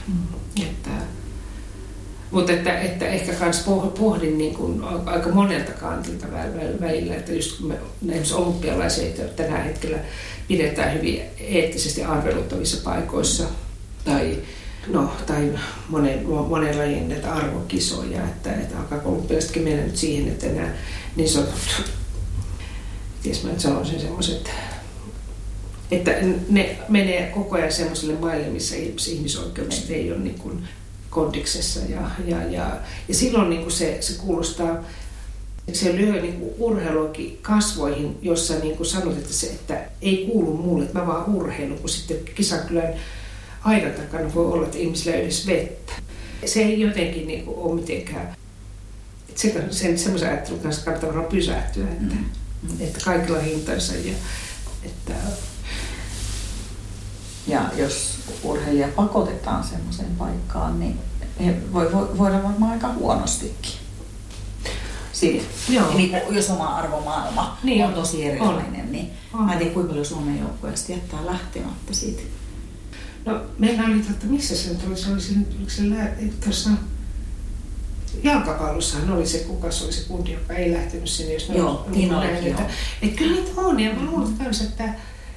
Mutta että ehkä kans pohdin niin kuin aika monelta kantilta välillä, että just kun me esimerkiksi olympialaisia tänä hetkellä pidetään hyvin eettisesti arveluttavissa paikoissa tai monen lajin näitä arvokisoja, että alkaa olympialaisetkin mennä nyt siihen, että nämä niin sanotut, ties mä nyt sanoisin semmoiset, että ne menee koko ajan semmoiselle maille, missä ihmisoikeukset ei ole niin kuin kondiksessa ja silloin niin kuin se kuulostaa, se lyö niin kuin urheiluakin kasvoihin, jossa niin kuin sanot, että ei kuulu mulle, että mä vaan urheilun, kun sitten Kisankylän aidan takana voi olla, että ihmisillä ei edes vettä. Se ei jotenkin niin kuin ole mitenkään, semmoisen ajattelun kanssa kannattaa varmaan pysähtyä, että kaikilla on hintansa ja jos urheilija pakotetaan semmoiseen paikkaan, niin he voidaan varmaan aika huonostikin. Siis, niin, jos oma arvomaailma on tosi erilainen, niin mä en tiedä kuinka paljon Suomen joukkueesta jättää lähtemättä siitä. No meillä oli, missä se oli tuossa jalkapallossahan oli se, kuka se oli se kundi, joka ei lähtenyt sinne, jos Tiina Lehtinen. Että kyllä niitä on, ja mä luulen myös, että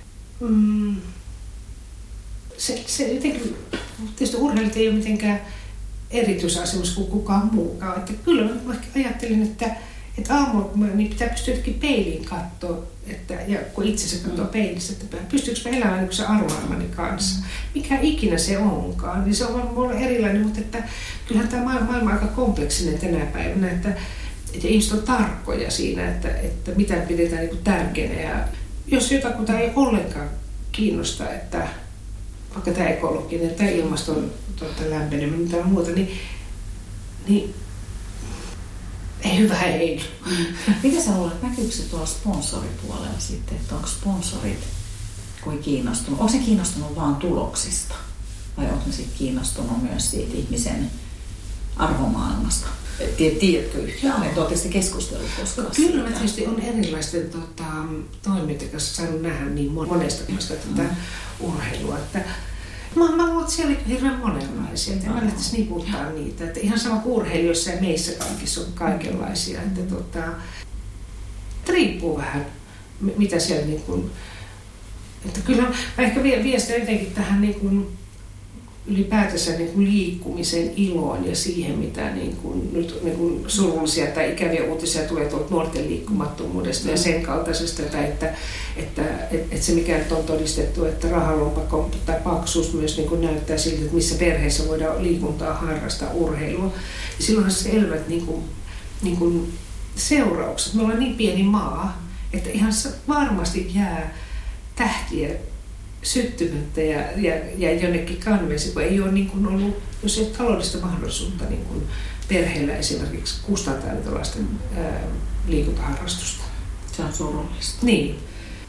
se jotenkin, tietysti urheilijat ei ole mitenkään erityisasemassa kuin kukaan muukaan. Että kyllä mä ajattelin, että aamulla niin pitää pystyä jotenkin peiliin katsoa, ja kun itsensä katsoo peilissä, että pystyykö mä elämään niin kuin se arvomaailmani kanssa. Mikä ikinä se onkaan, niin se on varmaan erilainen, mutta että kyllähän tämä maailma on aika kompleksinen tänä päivänä, että ihmiset on tarkkoja siinä, että mitä pidetään niin kuin tärkeänä. Ja jos jotakuta ei ollenkaan kiinnosta, että vaikka tämä ekologinen tai ilmaston lämpeneminen tai muuta, niin ei hyvä ei. Mitä sä luulet, näkyykö se tuolla sponsoripuolella sitten, että onko sponsorit kuin kiinnostunut? Onko se kiinnostunut vaan tuloksista vai onko ne sitten kiinnostunut myös siitä ihmisen arvomaailmasta? Tiedätkö yhtään? Et ootte sitten keskustellut koskaan? Kyllä, mä tietysti on erilaisten toimijoiden kanssa saanut nähdä niin monesta tätä urheilua, että mä luulen, että siellä on hirveän monenlaisia, että mä lähtisi niputtaa niitä. Että ihan sama kuin urheilijoissa ja meissä kaikissa on kaikenlaisia. Että riippuu vähän, mitä siellä niin kuin, että kyllä mä ehkä viestän jotenkin tähän niin kuin ylipäätänsä niin kuin liikkumisen iloon ja siihen, mitä niin kuin, nyt niin kuin surullisia tai ikäviä uutisia tulee tuolta nuorten liikkumattomuudesta ja sen kaltaisesta, että se mikä nyt on todistettu, että rahalompakon tai paksuus myös niin kuin näyttää siltä, että missä perheessä voidaan liikuntaa harrastaa, urheilua. Ja silloinhan se selvät niin kuin seuraukset. Me ollaan niin pieni maa, että ihan varmasti jää tähtiä syttymättä ja jonnekin kanveesi, kun ei ole niin kuin ollut, jos ei ole taloudellista mahdollisuutta niin kuin perheellä esimerkiksi kustantaa niitä lasten liikuntaharrastusta. Se on surullista. Niin.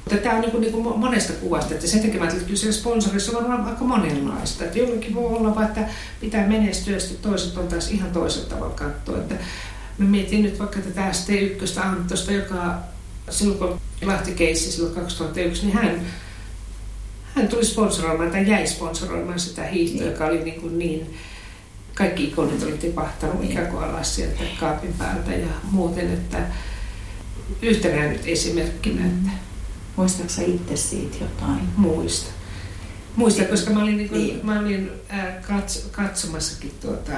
Mutta tämä on niin kuin monesta kuvasta, että sen takia mä ajattelin, että kyllä se sponsorissa on aika monenlaista. Että jollakin voi olla vaan, että pitää menestyä, ja toiset on taas ihan toisella tavalla katsoa. Että mä mietin nyt vaikka tätä ST1 Anttosta, joka silloin kun Lahti-keissi silloin 2001, niin hän tuli sponsoroimaan tai jäi sponsoroimaan sitä hiihtoa, joka oli niin kaikki ikonit oli tipahtanut ikään kuin alas sieltä kaapin päältä ja muuten, että yhtenä nyt esimerkkinä. Että muistatko sä itse siitä jotain? Muista, koska mä olin katsomassakin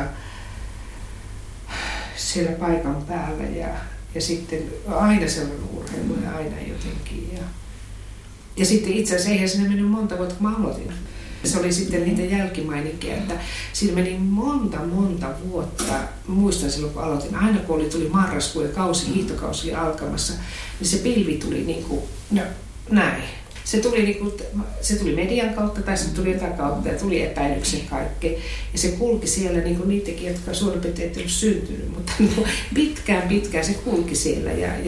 siellä paikan päällä ja sitten aina sellainen urheilu ja aina jotenkin. Ja sitten itse asiassa eihän siinä mennyt monta vuotta, kun mä aloitin. Se oli sitten niitä jälkimaininkeja, että siinä meni monta vuotta. Muistan silloin, kun aloitin. Aina kun tuli marraskuu ja hiihtokausi oli alkamassa, niin se pilvi tuli niin kuin, näin. Se tuli median kautta tai se tuli jotain kautta ja tuli epäilyksen kaikki. Ja se kulki siellä niin kuin niitäkin, jotka suurin piirtein ei ollut syntynyt, mutta pitkään se kulki siellä.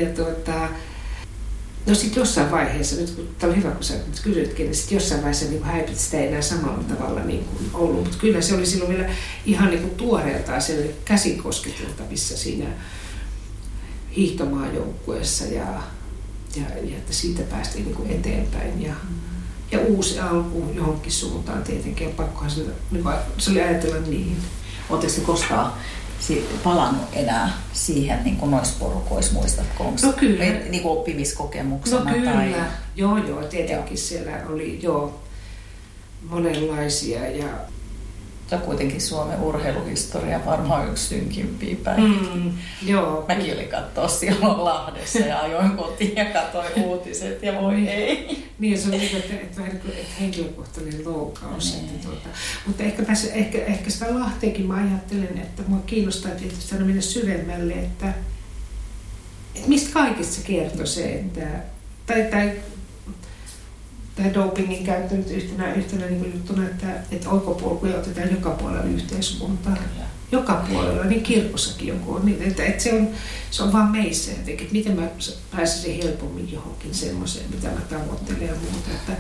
No sitten jossain vaiheessa, nyt kun tämä on hyvä, kun sä nyt kysytkin, niin sitten jossain vaiheessa niin häipit sitä ei enää samalla tavalla niin kuin ollut. Mutta kyllä se oli silloin vielä ihan niin kuin tuoreeltaan siellä käsin kosketeltavissa siinä hiihtomaajoukkueessa ja että siitä päästiin niin kuin eteenpäin. Ja uusi alku johonkin suuntaan tietenkin, pakkohan se oli ajatella niin. Oletteko te koskaan palannut enää siihen niin kuin noissa porukoissa, muistatko? No kyllä. Niin kuin oppimiskokemuksena? No kyllä. Tai Joo, tietenkin siellä oli monenlaisia. Se on kuitenkin Suomen urheiluhistoria varmaan yksi synkimpiä päiviä. Joo. Mäkin olin katsoa silloin Lahdessa ja ajoin kotiin ja katsoin uutiset ja voi ei. Niin, se on niin, että henkilökohtainen loukaus. Mutta ehkä sitä Lahteenkin mä ajattelen, että mua kiinnostaa tietysti aina mennä syvemmälle, että mistä kaikista se kertoo se, että tai dopingin käyttö nyt yhtenä niin juttuna, että oikopolkuja otetaan joka puolella yhteiskuntaa. Joka puolella, niin kirkossakin joku on niin, että se on vaan meissä jotenkin, että miten mä pääsisin helpommin johonkin semmoiseen, mitä mä tavoittelen ja muuta.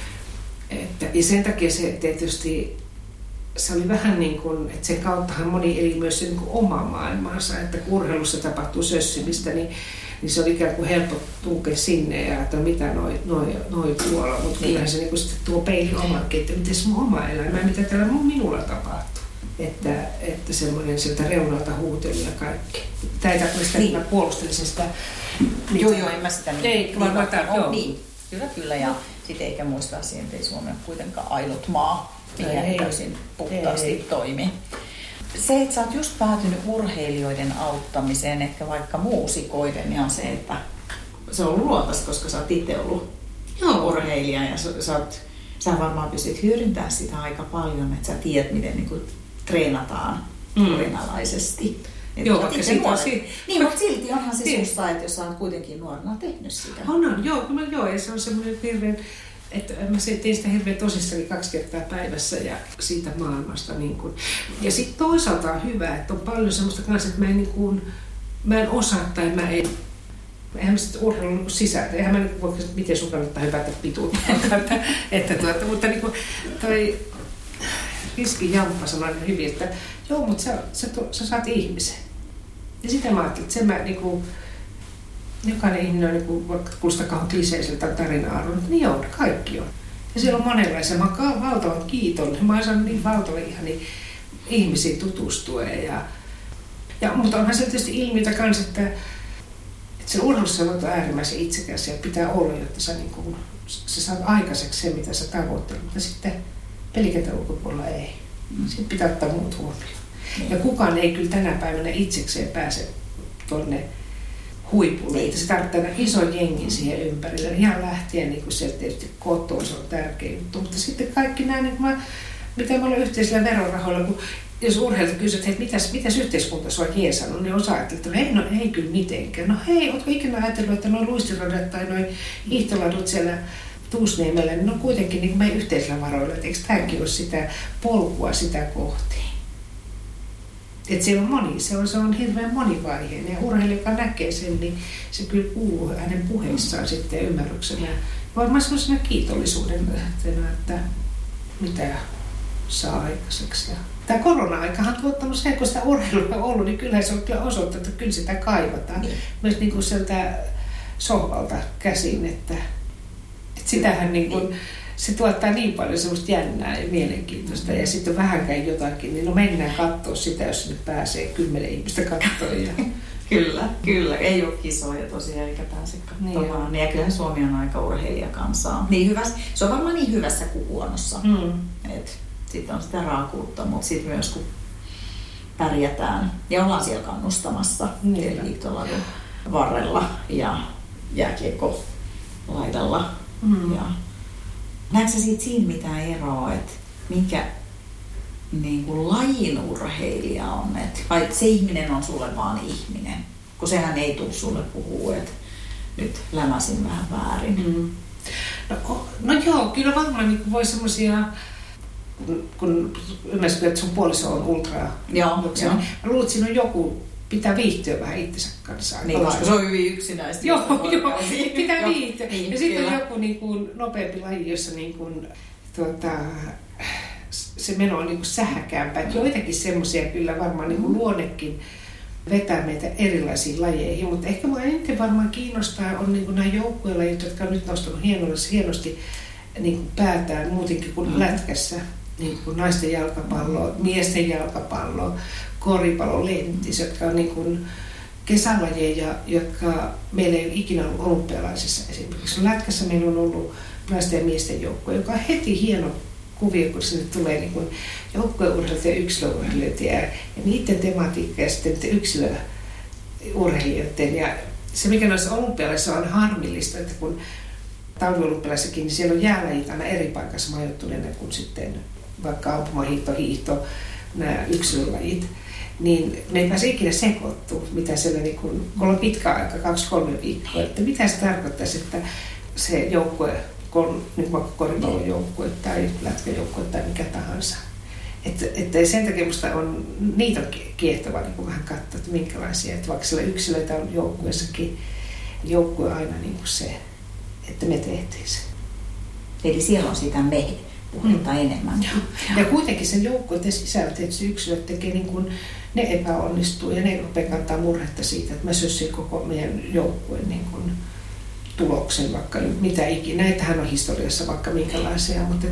Ja sen takia se tietysti, se oli vähän niin kuin, että sen kauttahan moni eli myös se niin kuin oma maailmansa, että kun urheilussa tapahtuu sössimistä, niin se oli ikään kuin helppo tunkea sinne ja että mitä noi tuolla, mutta kyllähän se niin sitten tuo peili omankin, että miten se mun oma elämä, mitä täällä minulla tapahtuu. Että semmoinen sieltä reunalta huutelu ja kaikki. Tämä ei tarkoita sitä, että mä puolustelisin sitä. Joo, en mä sitä niin. Kyllä. Ja sitten eikä muistaa siihen, että ei Suomi ole kuitenkaan ainut maa, mikä täysin puhtaasti toimii. Se, että sä oot just päätynyt urheilijoiden auttamiseen, ehkä vaikka muusikoiden, niin on se, että se on luontas, koska sä oot itse ollut urheilija ja sä varmaan pystyt hyödyntämään sitä aika paljon, että sä tiedät, miten niin kuin treenataan kurinalaisesti. Joo, vaikka siitä on niin, mutta silti onhan se susta, että jos sä oot kuitenkin nuorena tehnyt sitä. Joo, ja se on semmoinen hirveän, että mä tein sitä hirveän tosissani 2 kertaa päivässä ja siitä maailmasta. Niin kuin. Ja sitten toisaalta on hyvä, että on paljon semmoista kanssa, että mä en osaa tai eihän mä sitten urheilun niin sisältä. Eihän mä niin voi kysyä, miten sun kannattaa hypätä pituutta. Mutta niin kuin toi Riski Jamppa sanoi hyvin, että joo, mutta sä saat ihmisen. Ja sitä mä ajattelin, että sen mä niinku, jokainen ihminen on niinku, vaikka kuulostakaan kliseiseltä tarina-arvon, niin joo, kaikki on. Ja siellä on monenlaisia. Mä oon valtavan kiitollinen. Mä oon saanut niin valtavan ihania ihmisiä tutustua. Mutta onhan se tietysti ilmiötä kanssa, että sen urheilussa on äärimmäisen itsekäs ja pitää olla, jotta sä saat aikaiseksi se, mitä sä tavoittelet. Mutta sitten pelikentän ulkopuolella ei. Sitten pitää ottaa muut huomioon. Ja kukaan ei kyllä tänä päivänä itsekseen pääse tuonne huipulle. Niin. Se tarvitsee aina iso jengi siihen ympärille. Ihan lähtien niin sieltä tietysti kotoa, se on tärkeä juttu. Mutta sitten kaikki nämä, niin mitä me ollaan yhteisillä verorahoilla, kun jos urheilta kysyt, että mitäs yhteiskunta sua jeesannut, niin osaa ajatella, että ei kyllä mitenkään. No hei, ootko ikinä ajatellut, että nuo luistiradat tai nuo hiihtoladut siellä Tuusniemellä, niin on kuitenkin niin meidän yhteisillä varoilla, että eikö tämäkin ole sitä polkua sitä kohti. Että siellä on moni, se on hirveän monivaiheinen ja urheilija, joka näkee sen, niin se kyllä kuuluu hänen puheissaan sitten ymmärryksenä varmaan sellaisena kiitollisuuden lähteenä, että mitä saa aikaiseksi. Tämä korona-aikahan on tuottanut sen, kun sitä urheilua on ollut, niin kyllähän se on kyllä osoittanut, että kyllä sitä kaivataan. Myös niin kuin sieltä sohvalta käsin, että sitähän niin kuin, se tuottaa niin paljon semmoista jännää ja mielenkiintoista. Ja sitten vähänkään jotakin, niin no mennään katsoa sitä, jos sinne pääsee 10 ihmistä katsoa. Kyllä. Ei ole kisoja tosiaan, eikä pääse katsomaan. Niin, ja kyllähän Suomi on aika urheilijakansaa. Niin hyvässä, se on varmaan niin hyvässä kuin huonossa. Sitten on sitä raakuutta, mutta sitten myös kun pärjätään ja ollaan siellä kannustamassa liittoladun varrella ja jääkiekko laidalla. Ja näetkö sä siinä mitään eroa, että minkä niin kuin lajin urheilija on? Vai se ihminen on sulle vaan ihminen? Kun sehän ei tule sulle puhua, että nyt lämäsin vähän väärin. No joo, kyllä varmaan niin voi semmoisia, kun ymmärsit, että sun puoliso on ultra. Joo. Mä luulen, että siinä on joku, pitää viihtyä vähän itsensä kanssa. Niin, koska se on hyvin yksinäistä. Joo, pitää viihtyä. Ja sitten on joku niin kuin nopeampi laji, jossa niin kuin, se meno on niin kuin sähäkäämpää. Joitakin semmoisia kyllä varmaan niin kuin luonnekin vetää meitä erilaisiin lajeihin, mutta ehkä minua eniten varmaan kiinnostaa on niin kuin nämä joukkuelajit, jotka on nyt nostanut hienosti niin kuin päätään muutenkin kuin lätkässä. Niin kuin naisten jalkapallo, miesten jalkapallo, koripallo, lentis, jotka on niin kuin kesälajeja, jotka meillä ei ole ikinä ollut olympialaisissa esimerkiksi. Lätkässä meillä on ollut naisten ja miesten joukkue, joka on heti hieno kuvio, kun sinne tulee niin kuin joukkueurheilijat ja yksilöurheilijat ja niiden tematiikka ja sitten yksilöurheilijoiden. Ja se, mikä noissa olympialaisissa on harmillista, että kun talviolympialaissakin, niin siellä on jäälajit aina eri paikassa majoittuneena kuin sitten vaikka ampumahiihto, hiihto, nämä yksilölajit, niin ne ei pääse ikinä sekoittua, mitä siellä niin kun on pitkä aika, 2-3 viikkoa, että mitä se tarkoittaisi, että se joukkue, nyt vaikka koripallon joukkue tai lätkäjoukkue tai mikä tahansa. Että sen takia musta on, niitä on kiehtovaa niin vähän katsoa, että minkälaisia, että vaikka siellä yksilöitä on joukkueessakin, joukkue aina niin kuin se, että me tehtiin se. Eli siellä on sitä puhetta enemmän. Ja kuitenkin sen joukkueiden sisällä tietysti yksilöt tekee niin kuin, ne epäonnistuu ja ne rupeaa kantaa murhetta siitä, että mä sössin koko meidän joukkueen niin kuin tuloksen, vaikka mitä ikinä. Näitähän on historiassa vaikka minkälaisia, mutta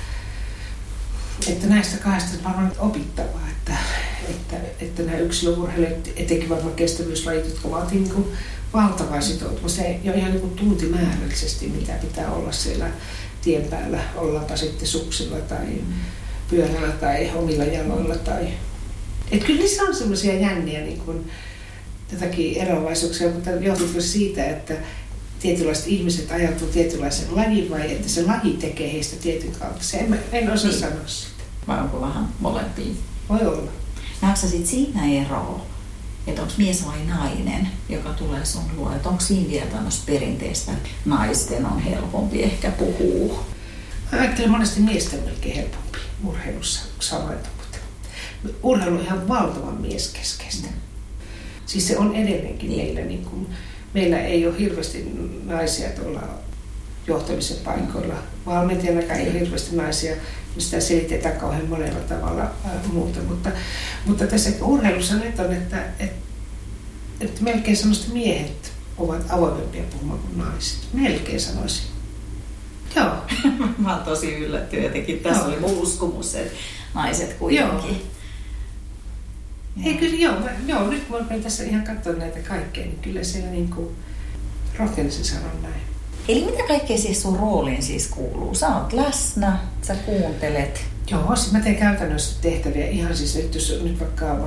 että näistä kahdesta on varmaan opittavaa, että nämä yksilöurheilijat, etenkin varmaan kestävyyslajit, jotka vaatii niin kuin valtavaa sitoutumista. Se ei ole ihan niin kuin tuntimäärällisesti, mitä pitää olla siellä tien päällä, ollaanpa sitten suksilla tai pyörällä tai omilla jaloilla. Että kyllä niissä on semmoisia jänniä niin kuin jotakin eroavaisuuksia, mutta johtuuko siitä, että tietynlaiset ihmiset ajautuu tietynlaisen lajin vai että se laji tekee heistä tietyn kautta. En osaa sanoa sitä. Vai onko vähän molempiin? Voi olla. Näetkö sä sit siinä eroa, että onko mies vai nainen, joka tulee sun luo? Että onko siinä vielä tämmöistä perinteistä, naisten on helpompi ehkä puhua? Mä ajattelen monesti miesten melkein helpompi urheilussa samaita, mutta urheilu on ihan valtavan mieskeskeistä. Siis se on edelleenkin meillä, niin kuin, meillä ei ole hirveästi naisia tuolla johtamisen paikoilla. Valmentajanakaan ei ole hirveästi naisia, sitä selitetään kauhean monella tavalla muuta. Mutta tässä urheilussa nyt on, että melkein sanoisin, miehet ovat avoimempia puhumaan kuin naiset. Melkein sanoisin. Joo. Mä oon tosi yllättynyt jotenkin. Tässä oli mun uskomus, että naiset kuitenkin. Ei kyllä, nyt kun mä tässä ihan katsoa näitä kaikkea, niin kyllä siellä niin kuin rohkenisin sanoa näin. Eli mitä kaikkea siis sun rooliin siis kuuluu? Sä oot läsnä, sä kuuntelet. Joo, siis mä teen käytännössä tehtäviä ihan siis, että jos nyt vaikka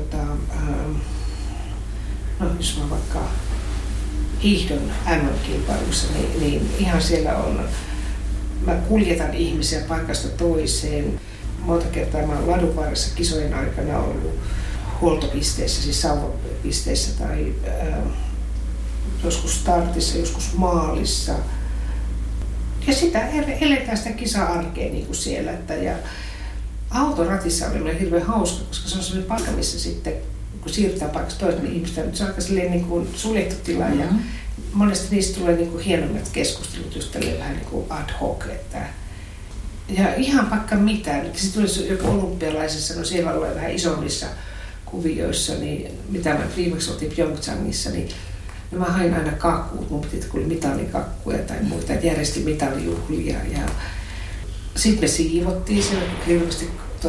jos mä vaikka hiihdon MM-kilpailussa, niin ihan siellä on, mä kuljetan ihmisiä paikasta toiseen. Monta kertaa mä oon ladun varressa kisojen aikana ollut huoltopisteissä, siis sauvapisteissä tai joskus startissa, joskus maalissa. Ja sitä eletään sitä kisa-arkea niin kuin siellä. Ja autoratissa oli hirveän hauska, koska se on sellainen paikka, missä sitten kun siirrytään paikasta toiseen, niin ihmistä nyt se on aika niin kuin suljettu tila ja monesti niistä tulee niin kuin hienommat keskustelut just vähän niin kuin ad hoc. Ja ihan vaikka mitään. Sitten tulisi joku olympialaisessa, no siellä ollaan vähän isommissa kuvioissa, niin mitä mä viimeksi oltiin Pyeongchangissa, niin mä hain aina kakkuut. Mun piti kuulla mitalikakkuja tai muita, että järjesti mitalijuhlia. Ja sitten me siivottiin siellä hirveästi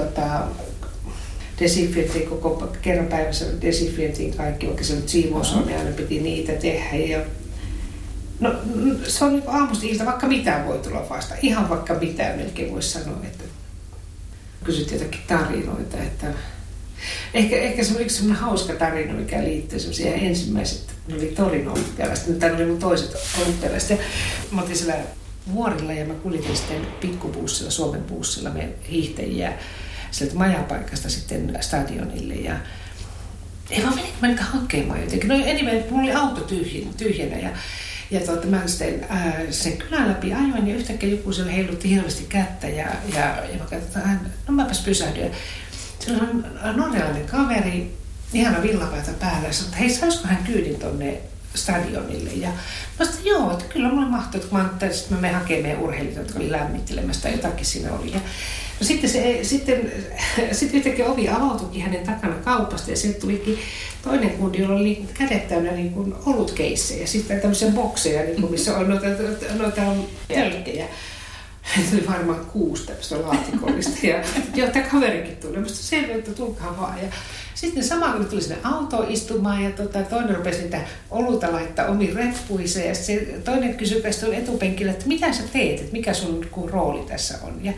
desinfiointiin koko kerran päivässä desinfiointiin kaikki, vaikka se nyt siivous on, niin aina piti niitä tehdä. Ja no, se on niin aamusta ilta, vaikka mitään voi tulla vasta. Ihan vaikka mitään melkein voisi sanoa, että kysyt jotakin tarinoita. Että ehkä se oli yksi sellainen hauska tarina, mikä liittyy sellaisia ensimmäiset, ne oli Torin olympialaiset, nyt täällä oli mun toiset olympialaiset. Mä oltiin siellä vuorilla ja mä kuljetin sitten pikkubussilla, Suomen bussilla me hiihtäjiä sieltä majapaikasta sitten stadionille ja ei vaan menikö hakemaan jotenkin. No anyway, mulla oli auto tyhjänä ja mä sitten sen kylän läpi ajoin ja yhtäkkiä joku siellä heilutti hirveästi kättä ja mä katsoin, että no mäpäs pysähdyin. Siellä on norjalainen kaveri, ihana villapaita päällä ja sanoi, että hei saisiko hän kyydin tonne stadionille. Ja mä sanoin, joo, että kyllä mulle mahtui, että mä menen hakemaan meidän urheilijoita, jotka oli lämmittelemästä, jotakin siinä oli. Ja no sitten yhtäkkiä ovi avautuikin hänen takana kaupasta ja sieltä tulikin toinen kundi, jolla oli kädet täynnä niin kuin olutkeissejä, sitten tämmöisiä bokseja, niin kuin, missä on noita tölkkejä. Se oli varmaan 6 tämmöistä laatikollista ja joo, tämä kaverikin tuli. Mä sanoin, että tulkaa vaan. Ja sitten samalla kun tuli sinne autoon istumaan ja toinen rupesi niitä oluta laittaa omiin reppuihin ja se toinen kysyi tuolla etupenkillä, että mitä sä teet, että mikä sun rooli tässä on. Ja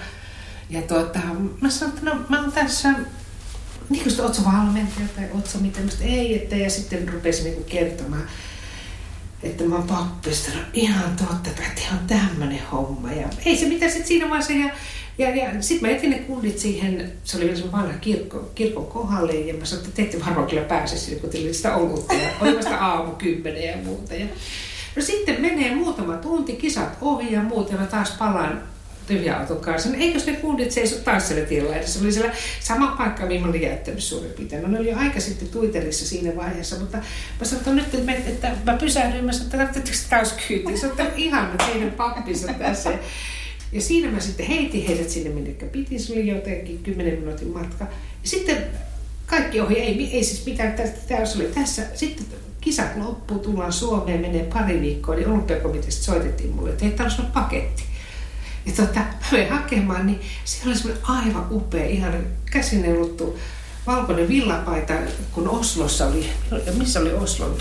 mä sanoin, että no mä oon tässä, niin kuin ootko valmentaja tai ootko miten, ei, että ja sitten rupesin niin kuin kertomaan, että mä oon pappista, no ihan totta, että on tämmönen homma. Ja ei se mitään sitten siinä vaiheessa. Ja sitten mä etin ne kundit siihen, se oli vielä semmoinen vanha kirkon kohdalle. Ja mä sanoin, että te ette varmaan kyllä pääse sinne, kun teillä oli sitä olutta. Ja oli vasta aamu 10 ja muuta. Ja no sitten menee muutama tunti, kisat ohi ja muuta. Ja mä taas palaan tyhjän auton kanssa. No eikös ne kundit seiso taas siellä tiellä edessä? Se oli siellä sama paikka, mihin mä olin jättänyt suurin piirtein. No ne oli jo aika sitten Twitterissä siinä vaiheessa, mutta mä sanoin, että nyt että mä pysähdyin. Mä sanoin, että tarvitsetko täyskyytiin? Se on ihana teidän pappinsa tässä. Ja siinä mä sitten heitin heidät sinne, minnekä piti. Se oli jotenkin 10 minuutin matka. Ja sitten kaikki ohi, ei siis mitään, täällä oli tässä. Sitten kisat loppuu, tullaan Suomeen, menee pari viikkoa, niin olympiakomiteasta soitettiin mulle, että hei, täällä on paketti. Ja mä menin hakemaan, niin siellä oli semmoinen aivan upea, ihan käsineulottu valkoinen villapaita, kun Oslossa oli, missä oli Oslon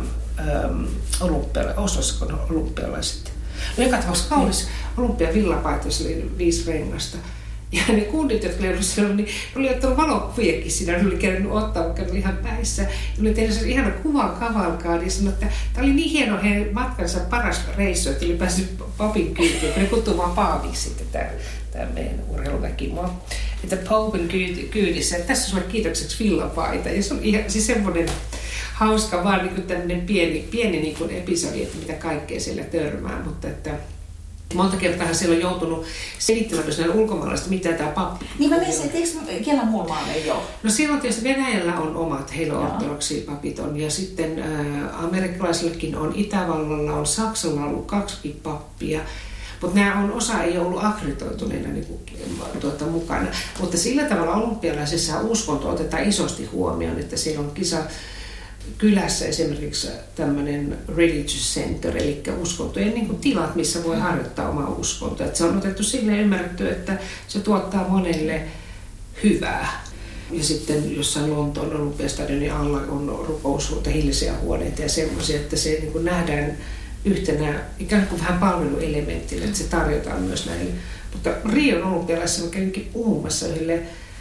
Oslossa kun olympialaiset. No joka tapauksessa kaunis olympiavillapaita, jossa oli 5 rengasta. Ja ne kundit, jotka olivat siellä, niin ne oli ottanut valokuviakin siinä, ne oli kerännyt ottaa, vaikka ne oli ihan päissä. Ne oli tehnyt sen ihanan kuvan kavalkaan, niin sanoi, että tämä oli niin hieno heidän matkansa paras reissu, että oli päässyt papin kyytiin, ne kutsui vaan paaviksi sitten tämä meidän urheiluväki. Että Popin kyydissä, että tässä on sulle kiitokseksi villapaita. Ja se on ihan siis semmoinen hauska, vaan niin kuin tämmöinen pieni niin kuin episodi, että mitä kaikkea siellä törmää, mutta että monta kertaa siellä on joutunut selittämään myös näillä ulkomaalaisista, mitä tämä pappi. Niin mä mietin, että eikö kellä muulla maalla ei ole? No silloin tietysti Venäjällä on omat, heillä on ortodoksipapit on, ja sitten amerikkalaisillakin on, Itävallalla on, Saksalla on ollut 2 pappia. Mutta osa ei ollut akkreditoituneena mukana. Mutta sillä tavalla olympialaisissa uskonto otetaan isosti huomioon, että siellä on kylässä esimerkiksi tämmöinen religious center, eli uskontojen niin kuin tilat, missä voi harjoittaa omaa uskontoa. Et se on otettu silleen ymmärretty, että se tuottaa monelle hyvää. Ja sitten jossain Lontoon olympiastadionin alla on rukoushuolta, hiljaisia huoneita ja semmoisia, että se niin kuin nähdään yhtenä ikään kuin vähän palveluelementtinä, että se tarjotaan myös näille. Mutta Rion olympialaisissa mä kävinkin puhumassa yhdelle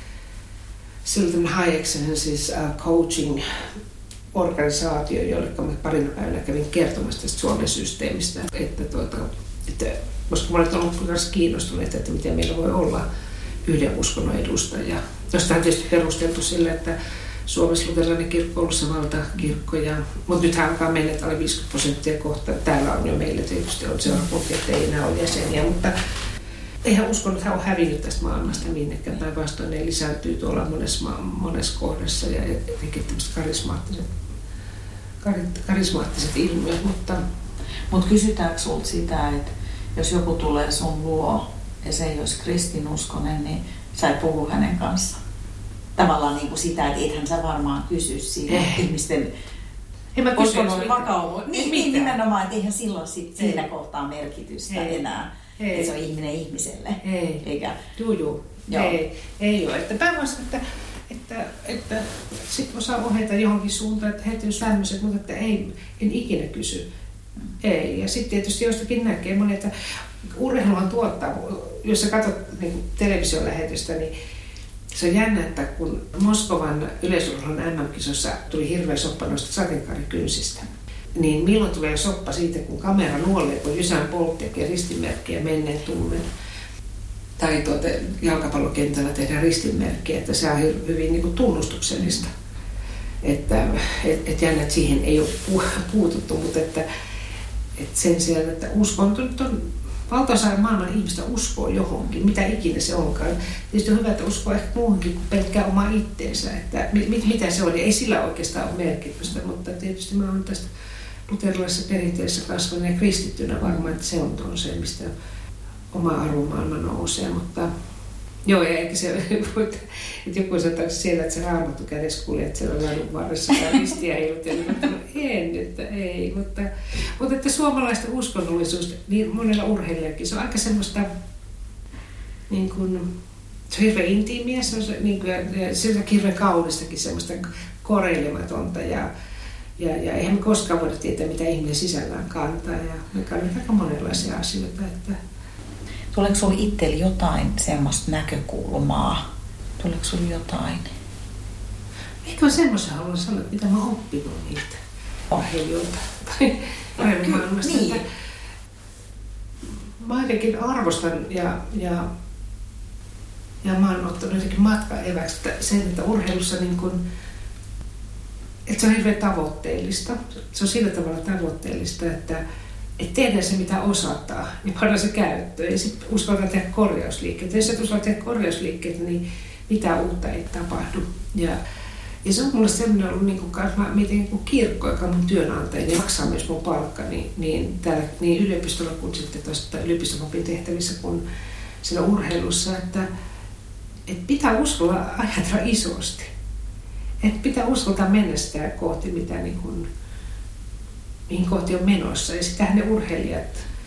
High Excellence coaching organisaatio, jolle mä parina päivänä kävin kertomassa tästä Suomen systeemistä, että koska monet on ollut myös kiinnostuneita, että miten meillä voi olla yhden uskonnon edustaja. Josta on tietysti perusteltu sillä, että Suomessa luterilainen kirkko on ollut se valtakirkko, mutta nythän alkaa mennä, että alle 50% kohta. Täällä on jo meillä tietysti on seurakuntia, että ei enää ole jäseniä, mutta eihän uskonnothan ole hävinnyt tästä maailmasta minnekään. Päinvastoin ne lisääntyy tuolla monessa kohdassa ja etenkin tämmöiset karismaattiset ilmiöt, mutta kysytäänkö sulta sitä, että jos joku tulee sun luo ja se ei olisi kristinuskonen, niin sä et puhu hänen kanssaan? Tavallaan niin kuin sitä, että ethän sä varmaan kysy siitä ihmisten uskonnon vakaumusta. Niin nimenomaan, että eihän silloin siinä kohtaa merkitystä enää, että se on ihminen ihmiselle. Eikä? Joo. Ei ole. Että päinvastoin, että sitten osaa ohjata johonkin suuntaan, että heitä jos tämmöiset, mutta että en ikinä kysy. Ei. Ja sitten tietysti jostakin näkee monet, että urheiluhan tuottaa, jos sä katsot niin televisiolähetystä, niin se on jännä, että kun Moskovan yleisurheilun MM-kisossa tuli hirveä soppa noista sateenkaarikynsistä, niin milloin tulee soppa siitä, kun kamera nuolee, kun Usain Bolt tekee ristinmerkkiä menneen tullen. Tai jalkapallokentällä tehdään ristinmerkkiä, että se on hyvin niin kuin tunnustuksellista. Että jännä, että siihen ei ole puututtu, mutta että sen sijaan, että uskonto on valtaosa maailman ihmistä uskoo johonkin, mitä ikinä se onkaan. Tietysti on hyvä, että uskoo ehkä muuhunkin kuin pelkkää omaa itteensä, että mitä se on. Ei sillä oikeastaan ole merkitystä, mutta tietysti mä olen tästä luterilaisessa perinteessä kasvanut ja kristittynä varmaan, että se on se, mistä oma arvomaailma nousee. Mutta joo, ja eikä se, että joku sanotaan siellä, että se Raamattu kädessä kuljet siellä ladun varressa tai ristiä heilutellut. Että ei, mutta että suomalaista uskonnollisuus, niin monella urheilijakin, se on aika semmoista, niin kuin, se on hirveän intiimiä, se on niin kuin, hirveän kaunistakin semmoista koreilematonta ja eihän me koskaan voida tietää, mitä ihminen sisällään kantaa ja me kannataan aika monenlaisia asioita. Että tuleeko sinulla itsellä jotain semmoista näkökulmaa? Tuleeko sinulla jotain? Ehkä mä semmoisen haluan sanoa, mitä mä oon oppinut niitä urheilijoilta tai maailmasta. Niin. Mä jotenkin arvostan ja mä oon ottanut jotenkin matkaeväksi sen, että urheilussa niin kun, että se on hirveän tavoitteellista. Se on sillä tavalla tavoitteellista, että tehdään se, mitä osataan, niin pannaan se käyttöön. Ja sitten uskaltaa tehdä korjausliikkeitä. Jos et uskalla tehdä korjausliikkeitä, niin mitään uutta ei tapahdu. Ja se on mulle sellainen ollut, mä mietin niin kirkko, joka on mun työnantaja, ja maksaa myös mun palkka, niin yliopistolla kuin sitten yliopistomapin tehtävissä kuin siellä urheilussa, että pitää uskalla ajatella isosti. Että pitää uskaltaa mennä sitä kohti, mitä mihin kohti on menossa. Ja sitähän ne urheilijat,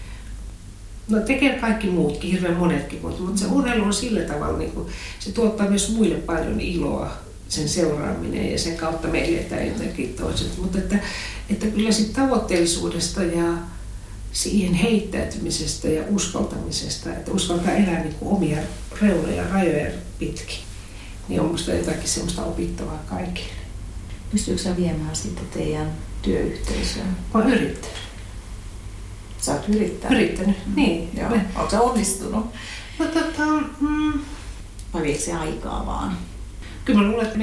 tekee kaikki muutkin, hirveän monetkin, mutta se urheilu on sillä tavalla, se tuottaa myös muille paljon iloa, sen seuraaminen ja sen kautta me eletään jotenkin toiset. Mutta että kyllä siitä tavoitteellisuudesta ja siihen heittäytymisestä ja uskaltamisesta, että uskaltaa elää omia reunoja ja rajoja pitkin, niin on musta jotakin semmoista opittavaa kaikille. Pystyykö sä viemään sitten teidän työyhteisöön? Mä oon yrittänyt. Sä oot yrittänyt? Yrittänyt, niin. Joo. Ootko sä onnistunut? No vai viekö se aikaa vaan? Kyllä mä luulen, että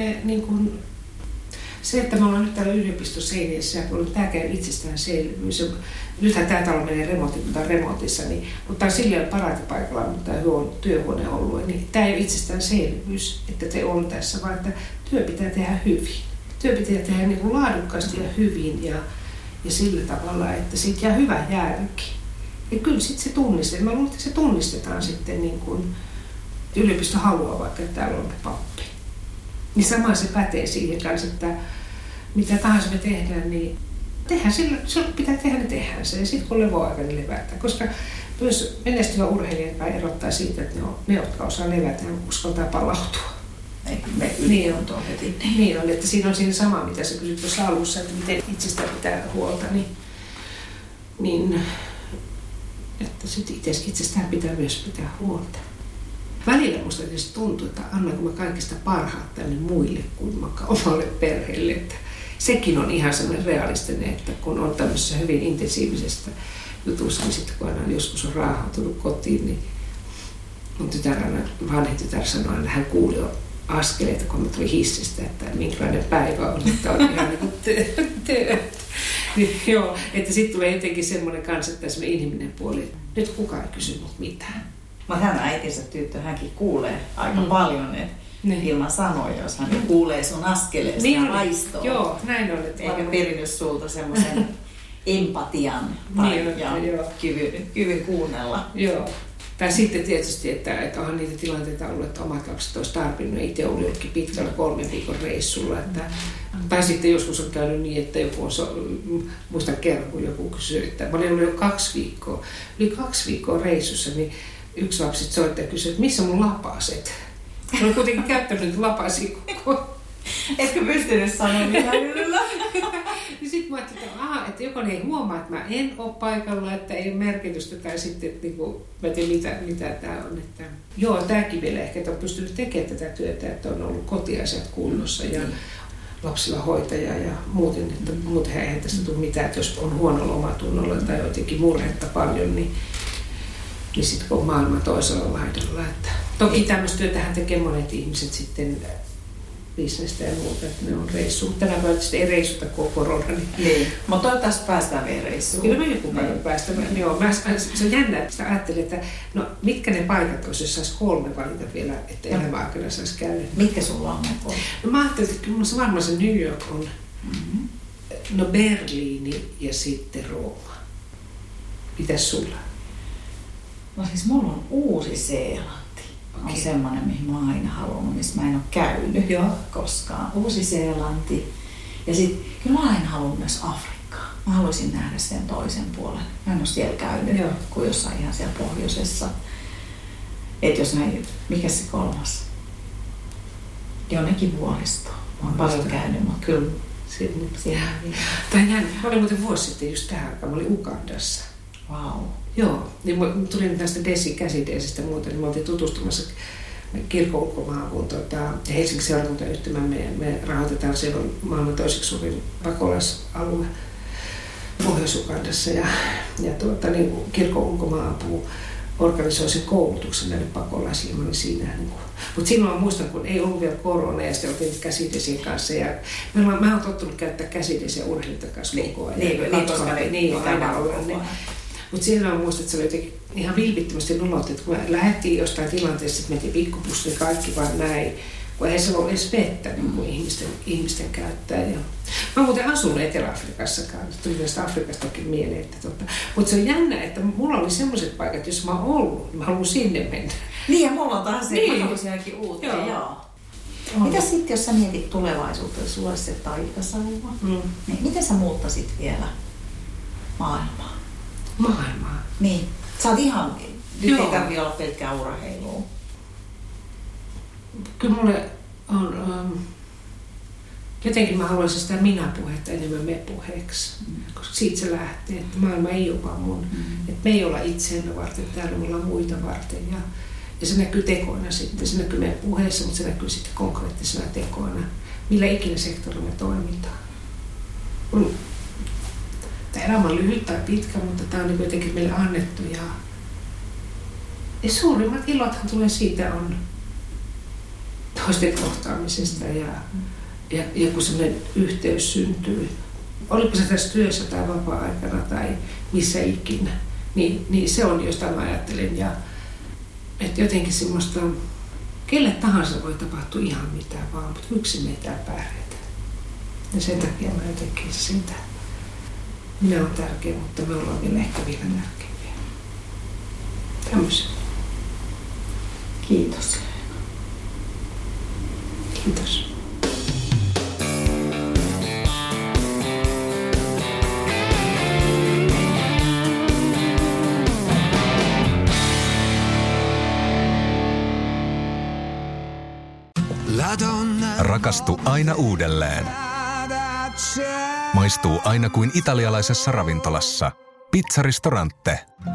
se, että me ollaan nyt täällä yliopiston seinässä, kun tämä käy itsestäänselvyys. Nythän tämä talo menee remontissa, mutta tämä on silleen paraatipaikalla, mutta tämä työhuone ollut. Niin tämä ei ole itsestäänselvyys, että te on tässä, vaan että työ pitää tehdä hyvin. Työ pitää tehdä laadukkaasti ja hyvin ja sillä tavalla, että siitä jää hyvä järki. Ja kyllä sitten se tunnistetaan. Mä luulen, että se tunnistetaan sitten niin kuin yliopisto haluaa, vaikka täällä on pappi. Niin sama se pätee siihen kanssa, että mitä tahansa me tehdään, niin tehdään sillä, pitää tehdä, niin tehdään se. Ja sitten kun levoaika, niin levätään. Koska myös menestyvä urheilija erottaa siitä, että ne jotka osaa levätä ja uskaltaa palautua. Niin on tuo heti. Niin on, että siinä on siinä sama, mitä sä kysyt tuossa alussa, että miten itsestään pitää huolta. Niin että sitten itsestään pitää myös pitää huolta. Välillä musta tietysti tuntuu, että annanko mä kaikista parhaat tänne muille kuin vaikka omalle perheelle. Että sekin on ihan sellainen realistinen, että kun on tämmöisessä hyvin intensiivisestä jutussa, niin sitten kun aina joskus on raahautunut kotiin, niin mun vanhin tytär sanoi, että hän kuuli askeleita, kun mä tulin hissistä, että minkälainen päivä on, että on ihan niin kuin työ. Niin, joo, että sitten tulee jotenkin semmoinen kanssa, että semmoinen inhimillinen puoli, että nyt kukaan ei kysy mut mitään. Mutta hän äitinsä tyttö, hänkin kuulee aika paljon, että ilman sanoja, jos hän kuulee sun askeleesta ja haistoo. Joo, näin on. Eikä perinyt sulta semmoisen empatian ja kyvyn kuunnella. Joo. Tai sitten tietysti, että onhan niitä tilanteita ollut, että omat lapset olisi tarvinnut. Itse oli jollekin pitkällä 3 viikon reissulla. Tai sitten joskus on käynyt niin, että joku on, muistan kerran, kun joku kysyi, että mä olin ollut jo 2 viikkoa. Yli 2 viikkoa reissussa, niin yksi lapsi soittaja kysyi, että missä mun lapaset? Mä olen kuitenkin käyttänyt lapasia koko. Etkö pystynyt sanoa mitä yllä? Niin sitten mä ajattelin, että jokainen ei huomaa, että mä en ole paikalla, että ei ole merkitystä, tai sitten, että mä en tiedä, mitä tämä on. Että joo, tämäkin vielä ehkä, että on pystynyt tekemään tätä työtä, että on ollut kotiasiat kunnossa ja lapsilla hoitaja ja muuten eihän tästä tule mitään, että jos on huonolla omatunnolla tai jotenkin murhetta paljon, niin sitten kun on maailma toisella laidalla. Että toki tämmöistä työtähän tekee monet ihmiset sitten bisnestä ja muuta, että ne on reissuun. Tänä päivänä ei reissuta koko korona. Niin, mutta toivottavasti päästään vielä reissuun. Kyllä me joku päivä päästään. Joo, se on jännä, että ajattelin, että no, mitkä ne paikat olisi, jos saisi 3 valita vielä, että elämäaikana saisi käydä. Mitkä sulla on ne 3? No mä ajattelin, että kyllä se varmaan se New York on. Mm-hmm. No Berliini ja sitten Rooma. Mitäs sulla? No siis mulla on Uusi-Seelanti. On semmoinen, mihin mä oon aina halunnut, missä mä en ole käynyt koskaan. Uusi-Seelanti. Ja sitten kyllä mä oon aina halunnut myös Afrikkaa. Mä haluaisin nähdä sen toisen puolen. Mä en ole siellä käynyt, kuin jossain ihan siellä pohjoisessa. Et jos näin, mikä se 3? Jonnekin vuoristoon. Mä oon paljon käynyt, mutta kyllä siellä. Mä olin muuten vuosi sitten just tähän aikaan. Mä olin Ugandassa. Wow. Joo, niin mä tulin tästä käsideesistä ja muuta, niin me oltiin tutustumassa kirkon ulkomaavuun. Helsingin seurakuntayhtymän me rahoitetaan, siellä on maailman toiseksi suurin pakolaisalue Pohjois-Ugandassa ja niin kirkon ulkomaanapuu organisoi sen koulutuksen näille pakolaisille. Mä olin siinä. Mutta silloin muistan, kun ei ollut vielä korona ja sitten oltiin käsidesien kanssa. Ja mä oon tottunut käyttää käsidesiä urheilijoiden kanssa koko ajan. Niin, aina ollaan. Mutta siellä on muistan, että se oli jotenkin ihan vilpittömästi nolot, että kun lähdettiin jostain tilanteessa, että mentiin pikkupussiin, niin kaikki vaan näin. Kun ei se ole edes vettä niin ihmisten käyttää. Ja mä muuten asun Etelä-Afrikassakaan, tuli tästä Afrikastakin mieleen. Mutta se on jännä, että mulla oli sellaiset paikat, jos mä oon ollut, niin mä haluan sinne mennä. Niin ja mulla on taas se, että mä haluaisin johonkin uuteen. Joo. Mitäs sitten, jos sä mietit tulevaisuutta, jos sulla olisi se taikasauva, niin miten sä muuttasit vielä maailmaa? Maailmaa? Niin. Sä oot ihan, nyt ei tarvitse olla pelkkää urheilua. Kyllä mulle on, jotenkin mä haluaisin sitä minä-puhetta enemmän me-puheeksi, koska siitä se lähtee, että maailma ei ole vaan mun. Että me ei olla itseämme varten, täällä me ollaan muita varten. Ja se näkyy tekoina sitten, se näkyy meidän puheessa, mutta se näkyy sitten konkreettisena tekoina, millä ikinä sektorilla me toimitaan. Tämä elämä on lyhyt tai pitkä, mutta tämä on jotenkin meille annettu. Ja suurimmat ilothan tulee siitä on toisten kohtaamisesta ja kun sellainen yhteys syntyy. Olipa se tässä työssä tai vapaa-aikana tai missä ikinä, niin se on, josta mä ajattelen. Ja, että jotenkin semmoista, kelle tahansa voi tapahtua ihan mitään vaan, mutta yksin me ei täällä pärjätä. Ja sen takia mä jotenkin sitä. Minä olen tärkeä, mutta me ollaan vielä ehkä vielä tärkeimpiä. Tämmöisiä. Kiitos. Kiitos. Rakastu aina uudelleen. Maistuu aina kuin italialaisessa ravintolassa. Pizzaristorante.